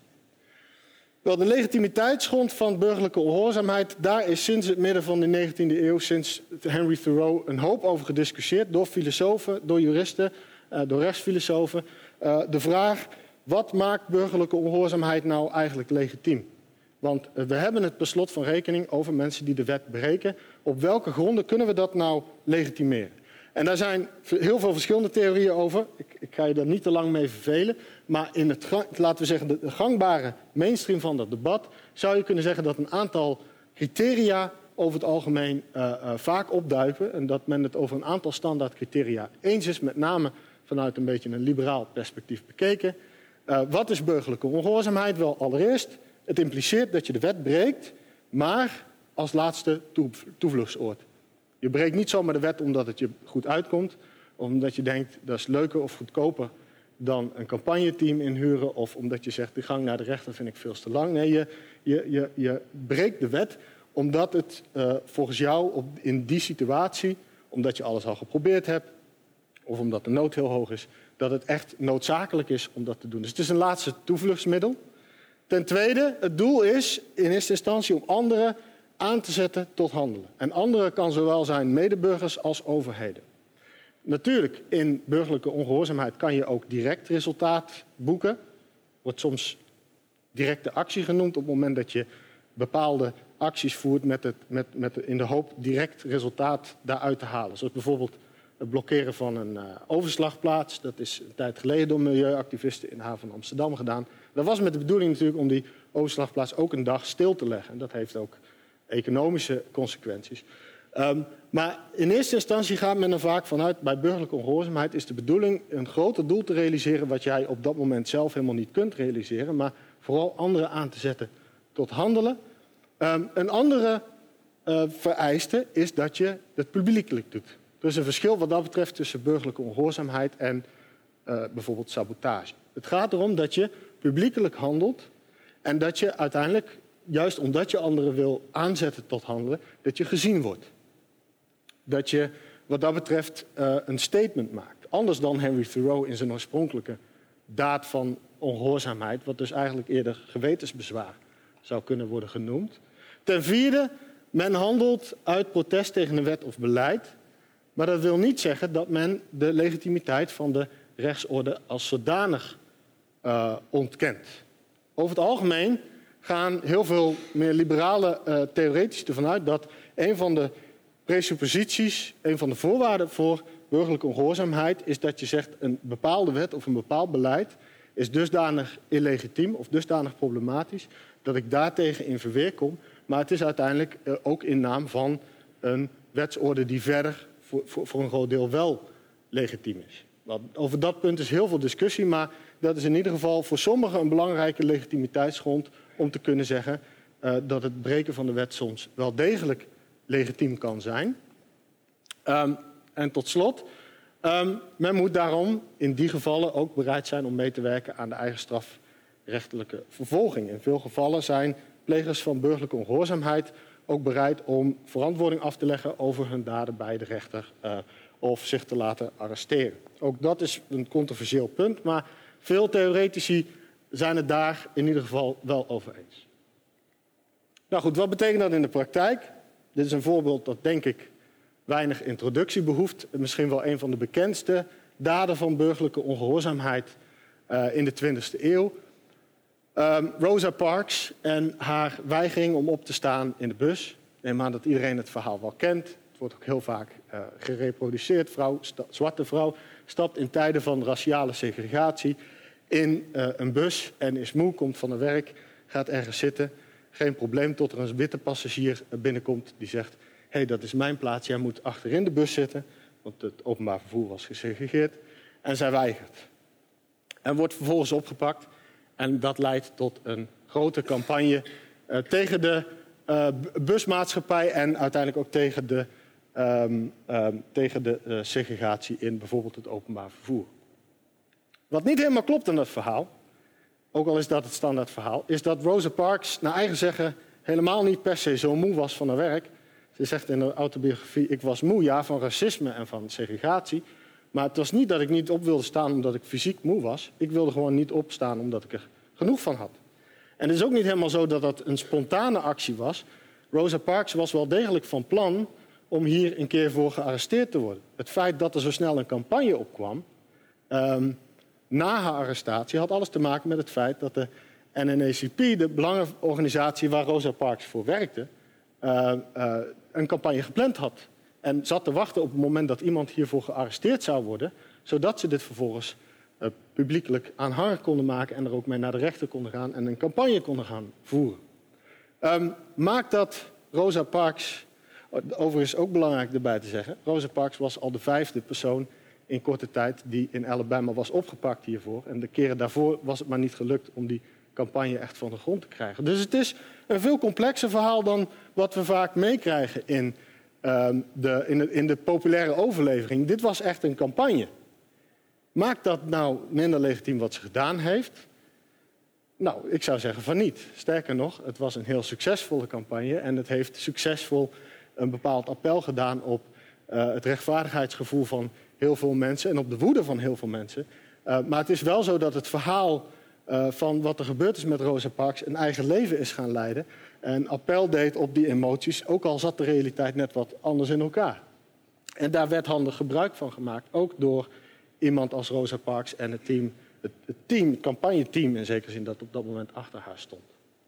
Wel, de legitimiteitsgrond van burgerlijke ongehoorzaamheid, daar is sinds het midden van de 19e eeuw, sinds Henry Thoreau, een hoop over gediscussieerd door filosofen, door juristen, door rechtsfilosofen. De vraag, wat maakt burgerlijke ongehoorzaamheid nou eigenlijk legitiem? Want we hebben het per slot van rekening over mensen die de wet breken. Op welke gronden kunnen we dat nou legitimeren? En daar zijn heel veel verschillende theorieën over. Ik ga je daar niet te lang mee vervelen. Maar in het, laten we zeggen, de gangbare mainstream van dat debat zou je kunnen zeggen dat een aantal criteria over het algemeen vaak opduiken. En dat men het over een aantal standaard criteria eens is, met name vanuit een beetje een liberaal perspectief bekeken. Wat is burgerlijke ongehoorzaamheid? Wel, allereerst, het impliceert dat je de wet breekt, maar als laatste toevluchtsoord. Je breekt niet zomaar de wet omdat het je goed uitkomt, omdat je denkt dat is leuker of goedkoper dan een campagneteam inhuren, of omdat je zegt de gang naar de rechter vind ik veel te lang. Nee, je breekt de wet omdat het volgens jou in die situatie, omdat je alles al geprobeerd hebt, of omdat de nood heel hoog is, dat het echt noodzakelijk is om dat te doen. Dus het is een laatste toevluchtsmiddel. Ten tweede, het doel is in eerste instantie om anderen aan te zetten tot handelen. En anderen kan zowel zijn medeburgers als overheden. Natuurlijk, in burgerlijke ongehoorzaamheid kan je ook direct resultaat boeken. Wordt soms directe actie genoemd op het moment dat je bepaalde acties voert in de hoop direct resultaat daaruit te halen. Zoals bijvoorbeeld het blokkeren van een overslagplaats. Dat is een tijd geleden door milieuactivisten in de haven van Amsterdam gedaan. Dat was met de bedoeling natuurlijk om die overslagplaats ook een dag stil te leggen. En dat heeft ook economische consequenties. Maar in eerste instantie gaat men er vaak vanuit, bij burgerlijke ongehoorzaamheid is de bedoeling een groter doel te realiseren wat jij op dat moment zelf helemaal niet kunt realiseren, maar vooral anderen aan te zetten tot handelen. Een andere vereiste is dat je het publiekelijk doet. Er is een verschil wat dat betreft tussen burgerlijke ongehoorzaamheid en bijvoorbeeld sabotage. Het gaat erom dat je publiekelijk handelt en dat je uiteindelijk, juist omdat je anderen wil aanzetten tot handelen, dat je gezien wordt. Dat je wat dat betreft een statement maakt. Anders dan Henry Thoreau in zijn oorspronkelijke daad van ongehoorzaamheid, wat dus eigenlijk eerder gewetensbezwaar zou kunnen worden genoemd. Ten vierde, men handelt uit protest tegen een wet of beleid. Maar dat wil niet zeggen dat men de legitimiteit van de rechtsorde als zodanig ontkent. Over het algemeen gaan heel veel meer liberale theoretici ervan uit dat een van de presupposities, een van de voorwaarden voor burgerlijke ongehoorzaamheid is dat je zegt een bepaalde wet of een bepaald beleid is dusdanig illegitiem of dusdanig problematisch dat ik daartegen in verweer kom. Maar het is uiteindelijk ook in naam van een wetsorde die verder voor een groot deel wel legitiem is. Over dat punt is heel veel discussie, maar dat is in ieder geval voor sommigen een belangrijke legitimiteitsgrond om te kunnen zeggen dat het breken van de wet soms wel degelijk legitiem kan zijn. En tot slot, men moet daarom in die gevallen ook bereid zijn om mee te werken aan de eigen strafrechtelijke vervolging. In veel gevallen zijn plegers van burgerlijke ongehoorzaamheid ook bereid om verantwoording af te leggen over hun daden bij de rechter of zich te laten arresteren. Ook dat is een controversieel punt, maar veel theoretici zijn het daar in ieder geval wel over eens. Nou goed, wat betekent dat in de praktijk? Dit is een voorbeeld dat denk ik weinig introductie behoeft. Misschien wel een van de bekendste daden van burgerlijke ongehoorzaamheid in de 20e eeuw. Rosa Parks en haar weigering om op te staan in de bus. Ik neem aan dat iedereen het verhaal wel kent. Het wordt ook heel vaak gereproduceerd. Zwarte vrouw stapt in tijden van raciale segregatie in een bus en is moe, komt van haar werk, gaat ergens zitten. Geen probleem tot er een witte passagier binnenkomt die zegt: hey, dat is mijn plaats, jij moet achterin de bus zitten. want het openbaar vervoer was gesegregeerd. En zij weigert. En wordt vervolgens opgepakt. En dat leidt tot een grote campagne tegen de busmaatschappij en uiteindelijk ook tegen de segregatie in bijvoorbeeld het openbaar vervoer. Wat niet helemaal klopt in dat verhaal, ook al is dat het standaard verhaal, is dat Rosa Parks naar eigen zeggen helemaal niet per se zo moe was van haar werk. Ze zegt in haar autobiografie, ik was moe, ja, van racisme en van segregatie. Maar het was niet dat ik niet op wilde staan omdat ik fysiek moe was. Ik wilde gewoon niet opstaan omdat ik er genoeg van had. En het is ook niet helemaal zo dat dat een spontane actie was. Rosa Parks was wel degelijk van plan om hier een keer voor gearresteerd te worden. Het feit dat er zo snel een campagne opkwam, na haar arrestatie, had alles te maken met het feit dat de NNACP, de belangenorganisatie waar Rosa Parks voor werkte, een campagne gepland had. En zat te wachten op het moment dat iemand hiervoor gearresteerd zou worden, zodat ze dit vervolgens publiekelijk aanhangig konden maken en er ook mee naar de rechter konden gaan en een campagne konden gaan voeren. Maakt dat Rosa Parks, overigens ook belangrijk erbij te zeggen, Rosa Parks was al de 5e persoon in korte tijd die in Alabama was opgepakt hiervoor. En de keren daarvoor was het maar niet gelukt om die campagne echt van de grond te krijgen. Dus het is een veel complexer verhaal dan wat we vaak meekrijgen in de populaire overlevering. Dit was echt een campagne. Maakt dat nou minder legitiem wat ze gedaan heeft? Nou, ik zou zeggen van niet. Sterker nog, het was een heel succesvolle campagne en het heeft succesvol een bepaald appel gedaan op het rechtvaardigheidsgevoel van heel veel mensen en op de woede van heel veel mensen. Maar het is wel zo dat het verhaal van wat er gebeurd is met Rosa Parks een eigen leven is gaan leiden. En appel deed op die emoties, ook al zat de realiteit net wat anders in elkaar. En daar werd handig gebruik van gemaakt, ook door iemand als Rosa Parks en het team, het campagneteam in zekere zin dat op dat moment achter haar stond.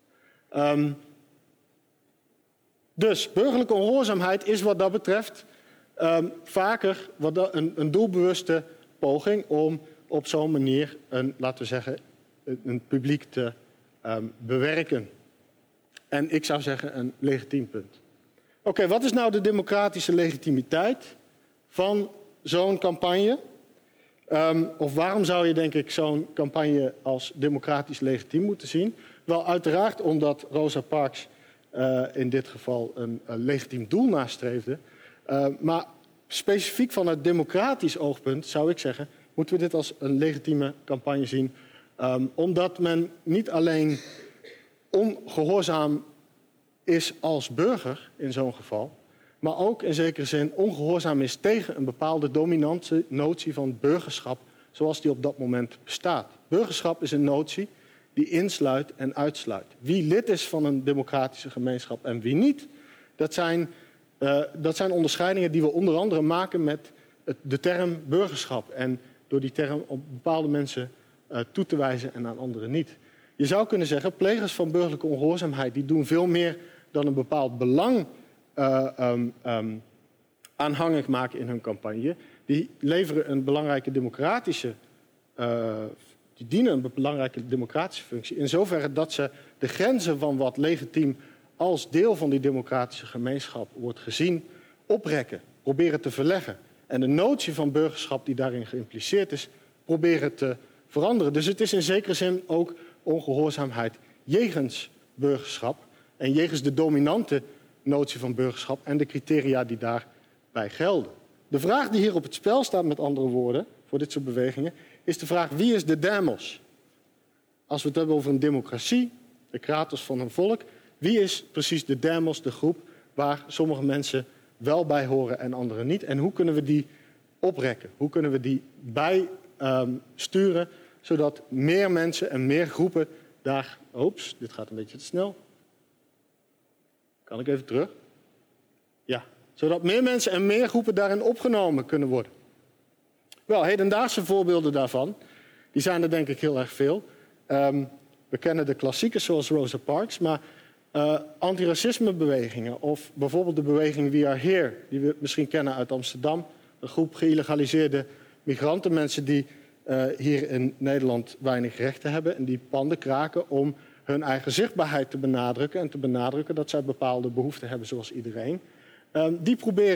Dus burgerlijke ongehoorzaamheid is wat dat betreft vaker een doelbewuste poging om op zo'n manier laten we zeggen, een publiek te bewerken. En ik zou zeggen een legitiem punt. Oké, wat is nou de democratische legitimiteit van zo'n campagne? Of waarom zou je, denk ik, zo'n campagne als democratisch legitiem moeten zien? Wel, uiteraard omdat Rosa Parks in dit geval een legitiem doel nastreefde. Maar specifiek vanuit democratisch oogpunt zou ik zeggen, moeten we dit als een legitieme campagne zien. Omdat men niet alleen ongehoorzaam is als burger in zo'n geval, maar ook in zekere zin ongehoorzaam is tegen een bepaalde dominante notie van burgerschap zoals die op dat moment bestaat. Burgerschap is een notie die insluit en uitsluit. Wie lid is van een democratische gemeenschap en wie niet, dat zijn onderscheidingen die we onder andere maken met de term burgerschap. En door die term op bepaalde mensen toe te wijzen en aan anderen niet. Je zou kunnen zeggen, plegers van burgerlijke ongehoorzaamheid die doen veel meer dan een bepaald belang aanhangig maken in hun campagne. Die leveren een belangrijke die dienen een belangrijke democratische functie. In zoverre dat ze de grenzen van wat legitiem als deel van die democratische gemeenschap wordt gezien, oprekken, proberen te verleggen. En de notie van burgerschap die daarin geïmpliceerd is, proberen te veranderen. Dus het is in zekere zin ook ongehoorzaamheid jegens burgerschap en jegens de dominante notie van burgerschap en de criteria die daarbij gelden. De vraag die hier op het spel staat, met andere woorden, voor dit soort bewegingen, is de vraag: wie is de demos? Als we het hebben over een democratie, de kratos van een volk, wie is precies de demos, de groep waar sommige mensen wel bij horen en anderen niet? En hoe kunnen we die oprekken? Hoe kunnen we die bijsturen, zodat meer mensen en meer groepen daar... Oeps, dit gaat een beetje te snel. Kan ik even terug? Ja, zodat meer mensen en meer groepen daarin opgenomen kunnen worden. Wel, hedendaagse voorbeelden daarvan, die zijn er denk ik heel erg veel. We kennen de klassiekers zoals Rosa Parks, maar antiracismebewegingen of bijvoorbeeld de beweging We Are Here, die we misschien kennen uit Amsterdam. Een groep geïllegaliseerde migranten, mensen die hier in Nederland weinig rechten hebben en die panden kraken om hun eigen zichtbaarheid te benadrukken en te benadrukken dat zij bepaalde behoeften hebben zoals iedereen. Die proberen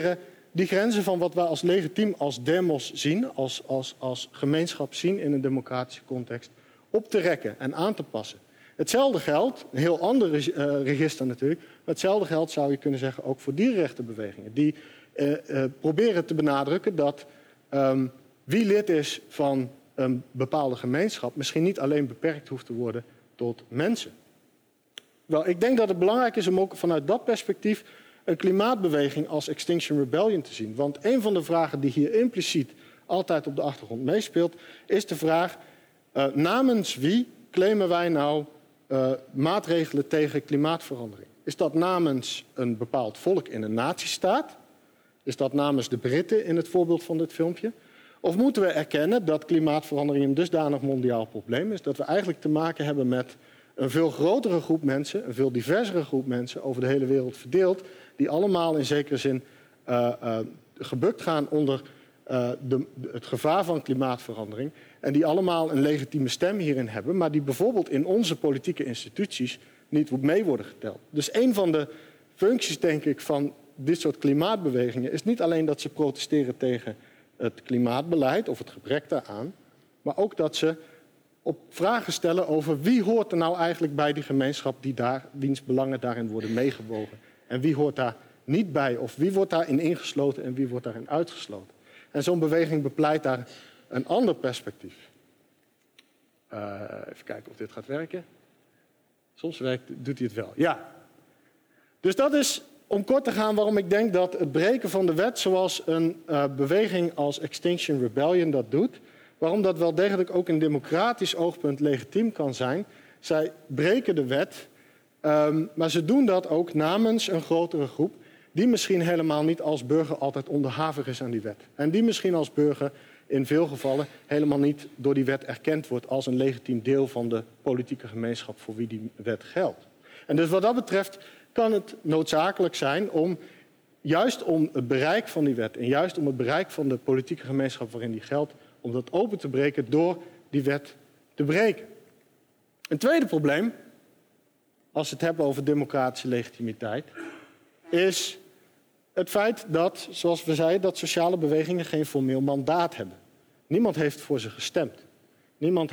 die grenzen van wat wij als legitiem, als demos zien, als gemeenschap zien in een democratische context, op te rekken en aan te passen. Hetzelfde geldt, een heel ander register natuurlijk, maar hetzelfde geldt, zou je kunnen zeggen, ook voor dierenrechtenbewegingen. Die proberen te benadrukken dat wie lid is van een bepaalde gemeenschap misschien niet alleen beperkt hoeft te worden tot mensen. Wel, ik denk dat het belangrijk is om ook vanuit dat perspectief een klimaatbeweging als Extinction Rebellion te zien. Want een van de vragen die hier impliciet altijd op de achtergrond meespeelt, is de vraag namens wie claimen wij nou maatregelen tegen klimaatverandering? Is dat namens een bepaald volk in een natiestaat? Is dat namens de Britten in het voorbeeld van dit filmpje? Of moeten we erkennen dat klimaatverandering een dusdanig mondiaal probleem is dat we eigenlijk te maken hebben met een veel grotere groep mensen, een veel diversere groep mensen over de hele wereld verdeeld, die allemaal in zekere zin gebukt gaan onder het gevaar van klimaatverandering en die allemaal een legitieme stem hierin hebben, maar die bijvoorbeeld in onze politieke instituties niet mee worden geteld. Dus een van de functies, denk ik, van dit soort klimaatbewegingen is niet alleen dat ze protesteren tegen het klimaatbeleid of het gebrek daaraan, maar ook dat ze op vragen stellen over wie hoort er nou eigenlijk bij die gemeenschap wiens belangen daarin worden meegewogen. En wie hoort daar niet bij of wie wordt daarin ingesloten en wie wordt daarin uitgesloten. En zo'n beweging bepleit daar een ander perspectief. Even kijken of dit gaat werken. Soms doet hij het wel. Ja. Dus dat is, om kort te gaan, waarom ik denk dat het breken van de wet zoals een beweging als Extinction Rebellion dat doet, waarom dat wel degelijk ook een democratisch oogpunt legitiem kan zijn. Zij breken de wet, maar ze doen dat ook namens een grotere groep die misschien helemaal niet als burger altijd onderhavig is aan die wet. En die misschien als burger in veel gevallen helemaal niet door die wet erkend wordt als een legitiem deel van de politieke gemeenschap voor wie die wet geldt. En dus wat dat betreft kan het noodzakelijk zijn om juist om het bereik van die wet en juist om het bereik van de politieke gemeenschap waarin die geldt, om dat open te breken door die wet te breken. Een tweede probleem, als we het hebben over democratische legitimiteit, is het feit dat, zoals we zeiden, dat sociale bewegingen geen formeel mandaat hebben. Niemand heeft voor ze gestemd. Niemand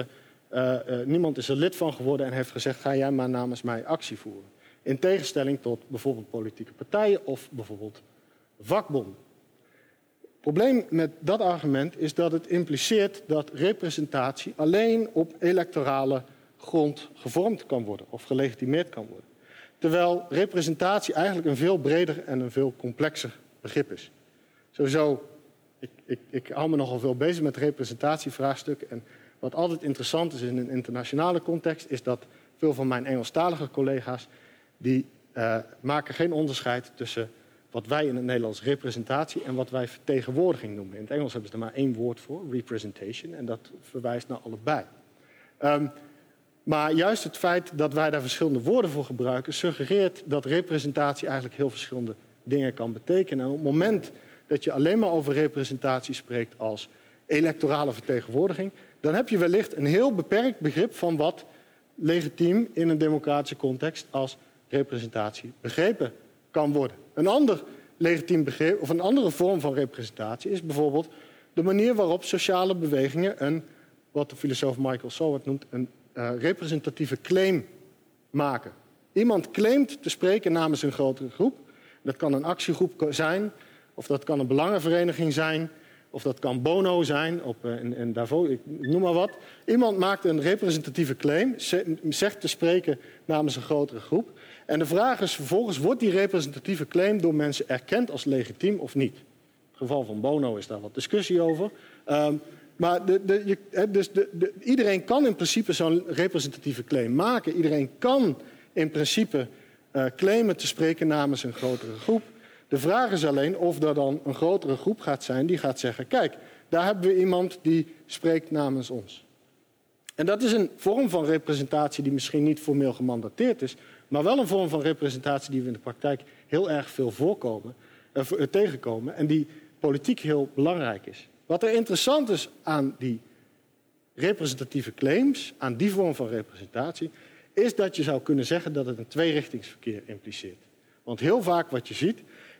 is er lid van geworden en heeft gezegd, ga jij maar namens mij actie voeren. In tegenstelling tot bijvoorbeeld politieke partijen of bijvoorbeeld vakbonden. Het probleem met dat argument is dat het impliceert dat representatie alleen op electorale grond gevormd kan worden of gelegitimeerd kan worden. Terwijl representatie eigenlijk een veel breder en een veel complexer begrip is. Sowieso, ik hou me nogal veel bezig met representatievraagstukken. En wat altijd interessant is in een internationale context, is dat veel van mijn Engelstalige collega's, die maken geen onderscheid tussen wat wij in het Nederlands representatie en wat wij vertegenwoordiging noemen. In het Engels hebben ze er maar één woord voor, representation, en dat verwijst naar allebei. Maar juist het feit dat wij daar verschillende woorden voor gebruiken, suggereert dat representatie eigenlijk heel verschillende dingen kan betekenen. En op het moment dat je alleen maar over representatie spreekt als electorale vertegenwoordiging, dan heb je wellicht een heel beperkt begrip van wat legitiem in een democratische context als representatie begrepen kan worden. Een ander legitiem begrip of een andere vorm van representatie is bijvoorbeeld de manier waarop sociale bewegingen wat de filosoof Michael Soward noemt, een representatieve claim maken. Iemand claimt te spreken namens een grotere groep. Dat kan een actiegroep zijn, of dat kan een belangenvereniging zijn, of dat kan Bono zijn, in Davos, ik noem maar wat. Iemand maakt een representatieve claim, zegt te spreken namens een grotere groep. En de vraag is vervolgens, wordt die representatieve claim door mensen erkend als legitiem of niet? In het geval van Bono is daar wat discussie over. Maar iedereen kan in principe zo'n representatieve claim maken. Iedereen kan in principe claimen te spreken namens een grotere groep. De vraag is alleen of er dan een grotere groep gaat zijn die gaat zeggen, kijk, daar hebben we iemand die spreekt namens ons. En dat is een vorm van representatie die misschien niet formeel gemandateerd is, maar wel een vorm van representatie die we in de praktijk heel erg veel tegenkomen en die politiek heel belangrijk is. Wat er interessant is aan die representatieve claims, aan die vorm van representatie, is dat je zou kunnen zeggen dat het een tweerichtingsverkeer impliceert. Want heel vaak wat je ziet,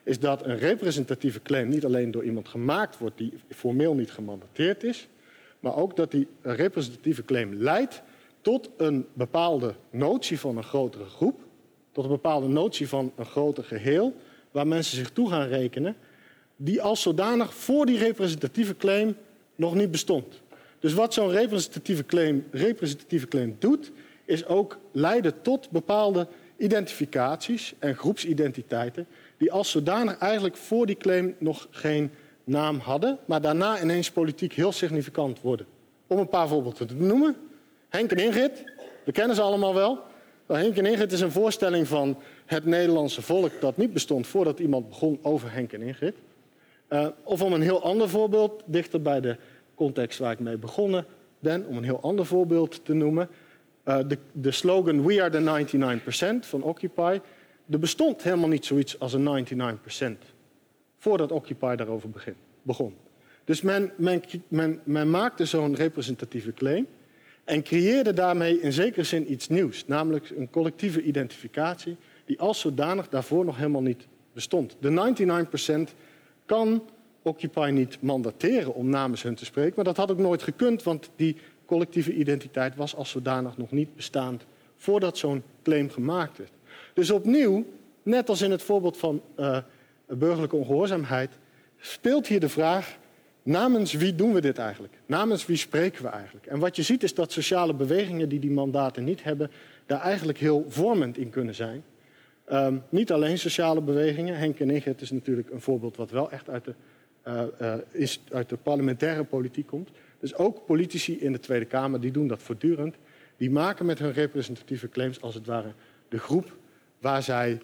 is dat een representatieve claim niet alleen door iemand gemaakt wordt die formeel niet gemandateerd is, maar ook dat die representatieve claim leidt tot een bepaalde notie van een grotere groep, tot een bepaalde notie van een groter geheel, waar mensen zich toe gaan rekenen, die als zodanig voor die representatieve claim nog niet bestond. Dus wat zo'n representatieve claim doet, is ook leiden tot bepaalde identificaties en groepsidentiteiten die als zodanig eigenlijk voor die claim nog geen naam hadden, maar daarna ineens politiek heel significant worden. Om een paar voorbeelden te noemen. Henk en Ingrid, we kennen ze allemaal wel. Henk en Ingrid is een voorstelling van het Nederlandse volk dat niet bestond voordat iemand begon over Henk en Ingrid. Of om een heel ander voorbeeld, dichter bij de context waar ik mee begonnen ben, om een heel ander voorbeeld te noemen. De slogan We are the 99% van Occupy. Er bestond helemaal niet zoiets als een 99% voordat Occupy daarover begon. Dus men maakte zo'n representatieve claim en creëerde daarmee in zekere zin iets nieuws. Namelijk een collectieve identificatie die als zodanig daarvoor nog helemaal niet bestond. De 99% kan Occupy niet mandateren om namens hun te spreken. Maar dat had ook nooit gekund, want die collectieve identiteit was als zodanig nog niet bestaand voordat zo'n claim gemaakt werd. Dus opnieuw, net als in het voorbeeld van burgerlijke ongehoorzaamheid, speelt hier de vraag, namens wie doen we dit eigenlijk? Namens wie spreken we eigenlijk? En wat je ziet is dat sociale bewegingen die mandaten niet hebben, daar eigenlijk heel vormend in kunnen zijn. Niet alleen sociale bewegingen. Henk en Ingrid is natuurlijk een voorbeeld wat wel echt uit de parlementaire politiek komt. Dus ook politici in de Tweede Kamer, die doen dat voortdurend. Die maken met hun representatieve claims als het ware de groep waar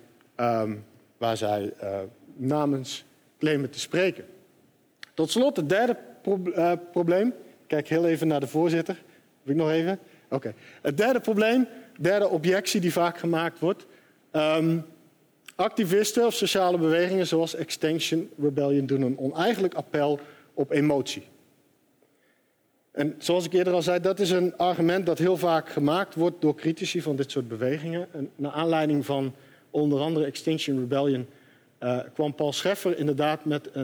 zij namens claimen te spreken. Tot slot het derde probleem. Ik kijk heel even naar de voorzitter. Heb ik nog even? Oké. Het derde probleem, derde objectie die vaak gemaakt wordt. Activisten of sociale bewegingen zoals Extinction Rebellion doen een oneigenlijk appel op emotie. En zoals ik eerder al zei, dat is een argument dat heel vaak gemaakt wordt door critici van dit soort bewegingen. En naar aanleiding van onder andere Extinction Rebellion kwam Paul Scheffer inderdaad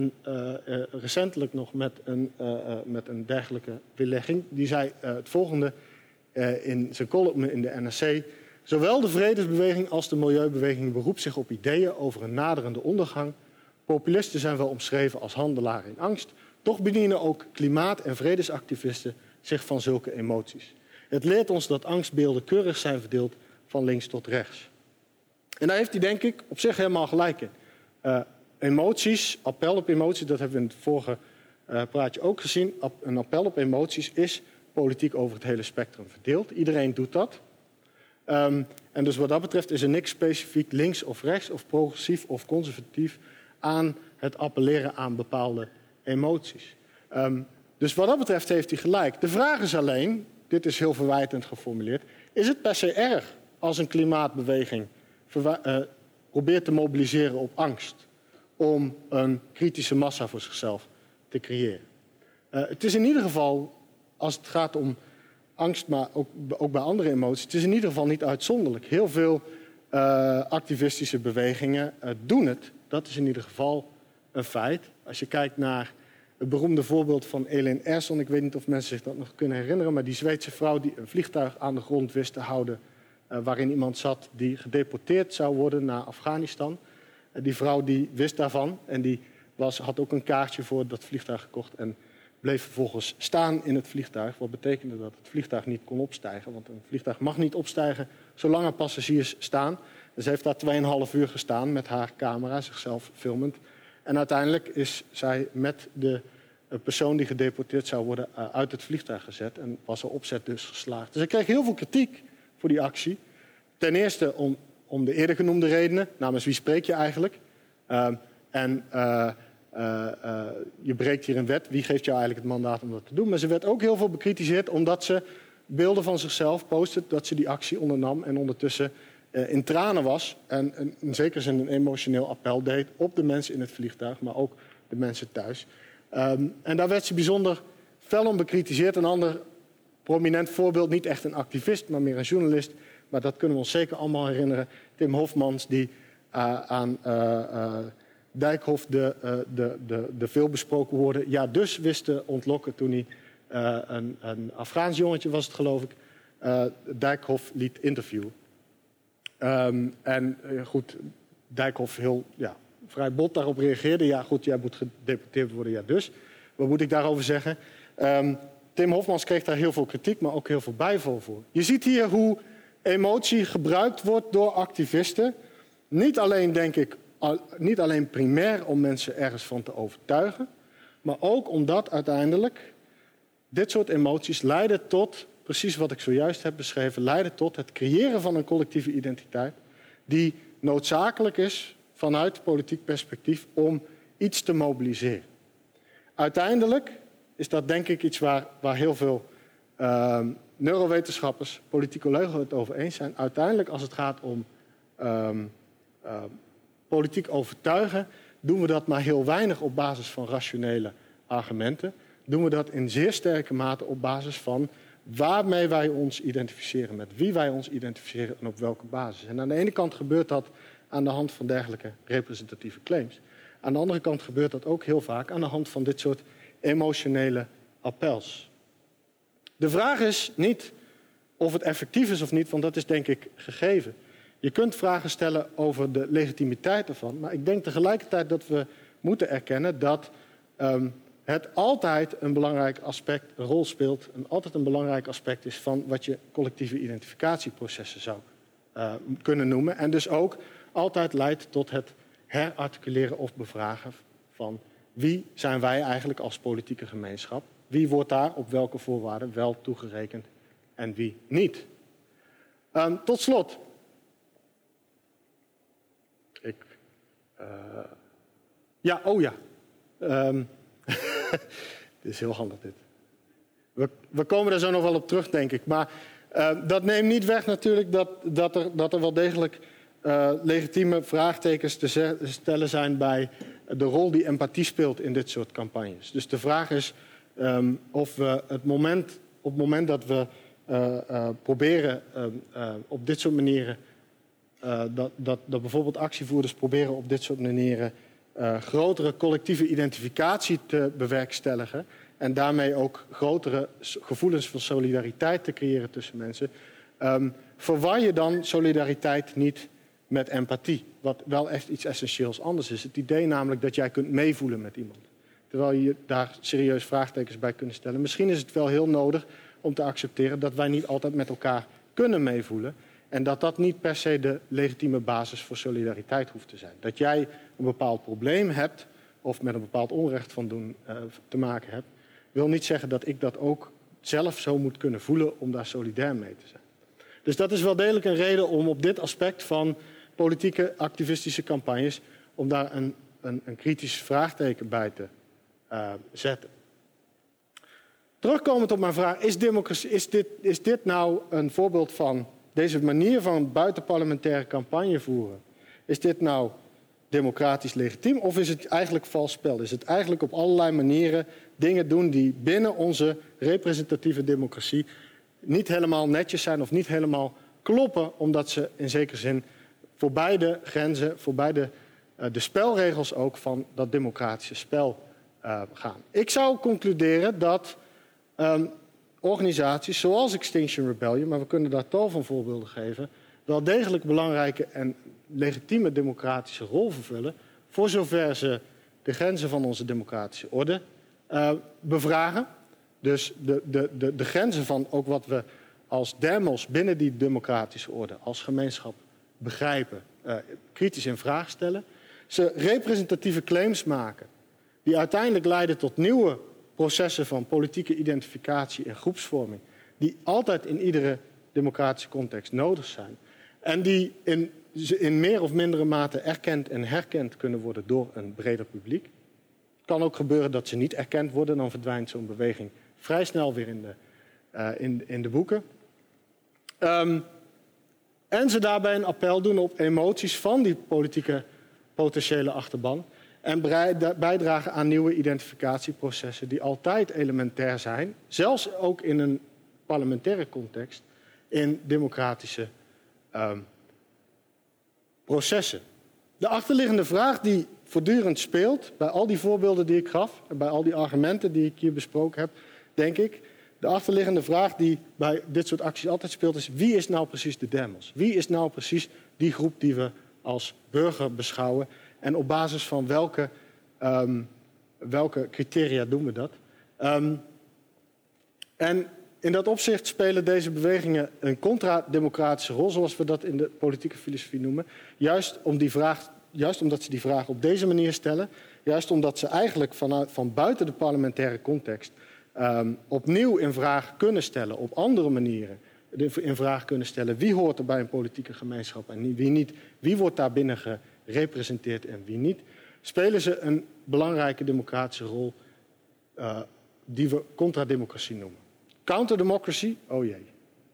recentelijk nog met een dergelijke weerlegging. Die zei het volgende in zijn column in de NRC. Zowel de vredesbeweging als de milieubeweging beroept zich op ideeën over een naderende ondergang. Populisten zijn wel omschreven als handelaren in angst. Toch bedienen ook klimaat- en vredesactivisten zich van zulke emoties. Het leert ons dat angstbeelden keurig zijn verdeeld van links tot rechts. En daar heeft hij denk ik op zich helemaal gelijk in. Emoties, appel op emoties, dat hebben we in het vorige praatje ook gezien. Een appel op emoties is politiek over het hele spectrum verdeeld. Iedereen doet dat. En dus wat dat betreft is er niks specifiek links of rechts of progressief of conservatief aan het appelleren aan bepaalde emoties. Dus wat dat betreft heeft hij gelijk. De vraag is alleen, dit is heel verwijtend geformuleerd, is het per se erg als een klimaatbeweging probeert te mobiliseren op angst om een kritische massa voor zichzelf te creëren? Het is in ieder geval, als het gaat om angst, maar ook bij andere emoties, het is in ieder geval niet uitzonderlijk. Heel veel activistische bewegingen doen het. Dat is in ieder geval een feit. Als je kijkt naar het beroemde voorbeeld van Elin Ersson, ik weet niet of mensen zich dat nog kunnen herinneren, maar die Zweedse vrouw die een vliegtuig aan de grond wist te houden waarin iemand zat die gedeporteerd zou worden naar Afghanistan. Die vrouw die wist daarvan en die had ook een kaartje voor dat vliegtuig gekocht en bleef vervolgens staan in het vliegtuig. Wat betekende dat het vliegtuig niet kon opstijgen. Want een vliegtuig mag niet opstijgen zolang er passagiers staan. Dus ze heeft daar 2,5 uur gestaan met haar camera, zichzelf filmend. En uiteindelijk is zij met de persoon die gedeporteerd zou worden uit het vliegtuig gezet. En was haar opzet dus geslaagd. Dus ik kreeg heel veel kritiek voor die actie. Ten eerste om de eerder genoemde redenen. Namens wie spreek je eigenlijk? Je breekt hier een wet. Wie geeft jou eigenlijk het mandaat om dat te doen? Maar ze werd ook heel veel bekritiseerd omdat ze beelden van zichzelf postte dat ze die actie ondernam en ondertussen in tranen was. En in zekere zin een emotioneel appel deed op de mensen in het vliegtuig, maar ook de mensen thuis. En daar werd ze bijzonder fel om bekritiseerd. Een ander prominent voorbeeld, niet echt een activist, maar meer een journalist. Maar dat kunnen we ons zeker allemaal herinneren. Tim Hofmans, die aan Dijkhoff de veelbesproken woorden ja dus wist te ontlokken toen hij een Afghaans jongetje was het geloof ik, Dijkhoff liet interviewen. Goed, Dijkhoff vrij bot daarop reageerde. Ja goed, jij moet gedeporteerd worden, ja dus. Wat moet ik daarover zeggen? Tim Hofmans kreeg daar heel veel kritiek, maar ook heel veel bijval voor. Je ziet hier hoe emotie gebruikt wordt door activisten. Niet alleen, denk ik, niet alleen primair om mensen ergens van te overtuigen, maar ook omdat uiteindelijk dit soort emoties leiden tot, precies wat ik zojuist heb beschreven, leiden tot het creëren van een collectieve identiteit die noodzakelijk is vanuit politiek perspectief om iets te mobiliseren. Uiteindelijk is dat denk ik iets waar heel veel neurowetenschappers, politicologen het over eens zijn. Uiteindelijk als het gaat om politiek overtuigen, doen we dat maar heel weinig op basis van rationele argumenten. Doen we dat in zeer sterke mate op basis van waarmee wij ons identificeren, met wie wij ons identificeren en op welke basis. En aan de ene kant gebeurt dat aan de hand van dergelijke representatieve claims. Aan de andere kant gebeurt dat ook heel vaak aan de hand van dit soort emotionele appels. De vraag is niet of het effectief is of niet, want dat is denk ik gegeven. Je kunt vragen stellen over de legitimiteit ervan, maar ik denk tegelijkertijd dat we moeten erkennen dat het altijd een belangrijk aspect, een rol speelt, en altijd een belangrijk aspect is van wat je collectieve identificatieprocessen zou kunnen noemen. En dus ook altijd leidt tot het herarticuleren of bevragen van wie zijn wij eigenlijk als politieke gemeenschap? Wie wordt daar op welke voorwaarden wel toegerekend en wie niet? Tot slot. Dit is heel handig dit. We komen er zo nog wel op terug, denk ik. Maar dat neemt niet weg natuurlijk dat er wel degelijk legitieme vraagtekens te stellen zijn bij de rol die empathie speelt in dit soort campagnes. Dus de vraag is of we op het moment dat we proberen op dit soort manieren, dat bijvoorbeeld actievoerders proberen op dit soort manieren grotere collectieve identificatie te bewerkstelligen en daarmee ook grotere gevoelens van solidariteit te creëren tussen mensen, verwar je dan solidariteit niet met empathie, wat wel echt iets essentieels anders is. Het idee namelijk dat jij kunt meevoelen met iemand, terwijl je daar serieus vraagtekens bij kunt stellen. Misschien is het wel heel nodig om te accepteren dat wij niet altijd met elkaar kunnen meevoelen en dat dat niet per se de legitieme basis voor solidariteit hoeft te zijn. Dat jij een bepaald probleem hebt of met een bepaald onrecht van doen te maken hebt, wil niet zeggen dat ik dat ook zelf zo moet kunnen voelen om daar solidair mee te zijn. Dus dat is wel degelijk een reden om op dit aspect van politieke activistische campagnes, om daar een kritisch vraagteken bij te zetten. Terugkomend op mijn vraag, is dit nou een voorbeeld van deze manier van buitenparlementaire campagne voeren? Is dit nou democratisch legitiem of is het eigenlijk vals spel? Is het eigenlijk op allerlei manieren dingen doen die binnen onze representatieve democratie niet helemaal netjes zijn of niet helemaal kloppen, omdat ze in zekere zin voorbij de grenzen, voorbij de spelregels ook van dat democratische spel gaan. Ik zou concluderen dat organisaties zoals Extinction Rebellion, maar we kunnen daar tal van voorbeelden geven, wel degelijk belangrijke en legitieme democratische rol vervullen, voor zover ze de grenzen van onze democratische orde bevragen. Dus de grenzen van ook wat we als demos binnen die democratische orde, als gemeenschap begrijpen, kritisch in vraag stellen. Ze representatieve claims maken die uiteindelijk leiden tot nieuwe processen van politieke identificatie en groepsvorming, die altijd in iedere democratische context nodig zijn. En die in meer of mindere mate erkend en herkend kunnen worden door een breder publiek. Het kan ook gebeuren dat ze niet erkend worden, dan verdwijnt zo'n beweging vrij snel weer in de boeken. En ze daarbij een appel doen op emoties van die politieke potentiële achterban en bijdragen aan nieuwe identificatieprocessen die altijd elementair zijn, zelfs ook in een parlementaire context, in democratische processen. De achterliggende vraag die voortdurend speelt, bij al die voorbeelden die ik gaf en bij al die argumenten die ik hier besproken heb, denk ik, de achterliggende vraag die bij dit soort acties altijd speelt is: wie is nou precies de demos? Wie is nou precies die groep die we als burger beschouwen? En op basis van welke criteria doen we dat? En in dat opzicht spelen deze bewegingen een contra-democratische rol, zoals we dat in de politieke filosofie noemen. Juist omdat ze die vraag op deze manier stellen. Juist omdat ze eigenlijk van buiten de parlementaire context opnieuw in vraag kunnen stellen, op andere manieren in vraag kunnen stellen. Wie hoort er bij een politieke gemeenschap en wie niet? Wie wordt daar binnen gerepresenteerd en wie niet? Spelen ze een belangrijke democratische rol die we contra-democratie noemen. Counter-democracy? Oh jee.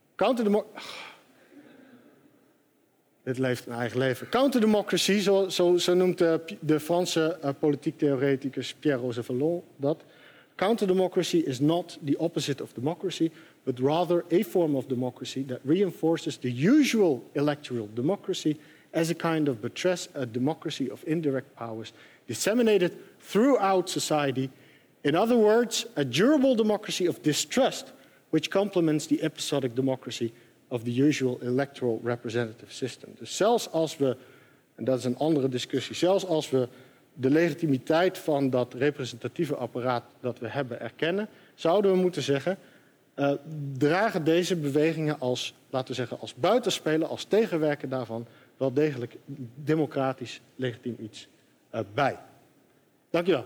Dit leeft een eigen leven. Counter-democracy, zo noemt de Franse politiek theoreticus Pierre Rosanvallon dat. Counter-democracy is not the opposite of democracy, but rather a form of democracy that reinforces the usual electoral democracy as a kind of buttress, a democracy of indirect powers disseminated throughout society. In other words, a durable democracy of distrust, which complements the episodic democracy of the usual electoral representative system. Dus zelfs als we, en dat is een andere discussie, zelfs als we de legitimiteit van dat representatieve apparaat dat we hebben erkennen, zouden we moeten zeggen, dragen deze bewegingen als, laten we zeggen, als buitenspeler, als tegenwerker daarvan, wel degelijk democratisch legitiem iets bij. Dank je wel.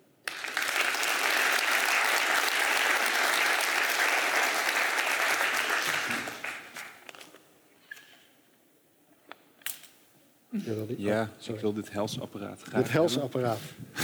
Ja, ik wil dit helse apparaat graag.
Dit helse apparaat.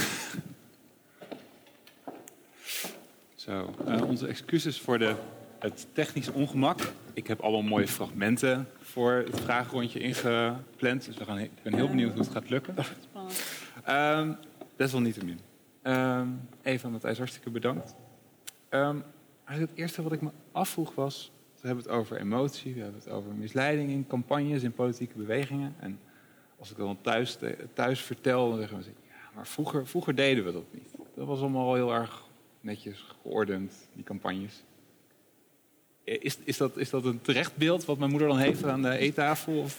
Zo, onze excuses voor het technisch ongemak. Ik heb allemaal mooie fragmenten voor het vragenrondje ingepland. Dus ik ben heel benieuwd hoe het gaat lukken. Desalniettemin. Eva en Matthijs, hartstikke bedankt. Het eerste wat ik me afvroeg was, we hebben het over emotie, we hebben het over misleiding in campagnes, in politieke bewegingen. En als ik dan thuis vertel, dan zeggen we, ja, maar vroeger deden we dat niet. Dat was allemaal al heel erg netjes geordend, die campagnes. Is dat een terecht beeld wat mijn moeder dan heeft aan de eettafel? Of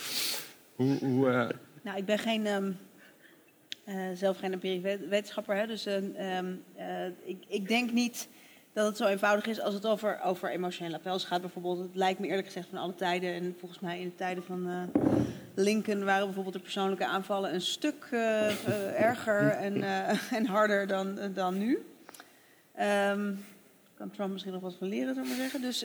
Nou, ik ben zelf geen empirisch wetenschapper, hè, dus ik denk niet dat het zo eenvoudig is als het over emotionele appels gaat. Bijvoorbeeld, het lijkt me eerlijk gezegd van alle tijden, en volgens mij in de tijden van Lincoln waren bijvoorbeeld de persoonlijke aanvallen een stuk erger en harder dan nu. Kan Trump misschien nog wat van leren, zou ik maar zeggen. Dus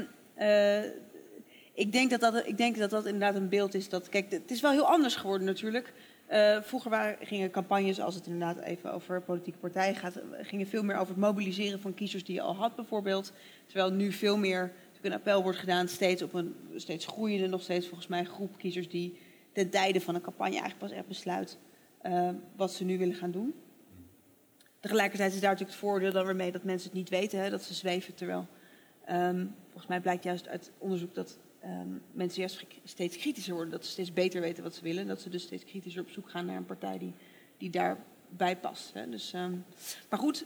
ik denk dat dat inderdaad een beeld is. Kijk, het is wel heel anders geworden natuurlijk. Vroeger gingen campagnes, als het inderdaad even over politieke partijen gaat, gingen veel meer over het mobiliseren van kiezers die je al had bijvoorbeeld. Terwijl nu veel meer een appel wordt gedaan steeds op een steeds groeiende, nog steeds volgens mij groep kiezers die ten tijde van een campagne eigenlijk pas echt besluit wat ze nu willen gaan doen. Tegelijkertijd is daar natuurlijk het voordeel dan weer mee dat mensen het niet weten, hè, dat ze zweven. Terwijl volgens mij blijkt juist uit onderzoek dat mensen juist steeds kritischer worden. Dat ze steeds beter weten wat ze willen. En dat ze dus steeds kritischer op zoek gaan naar een partij die daarbij past. Hè. Dus, maar goed,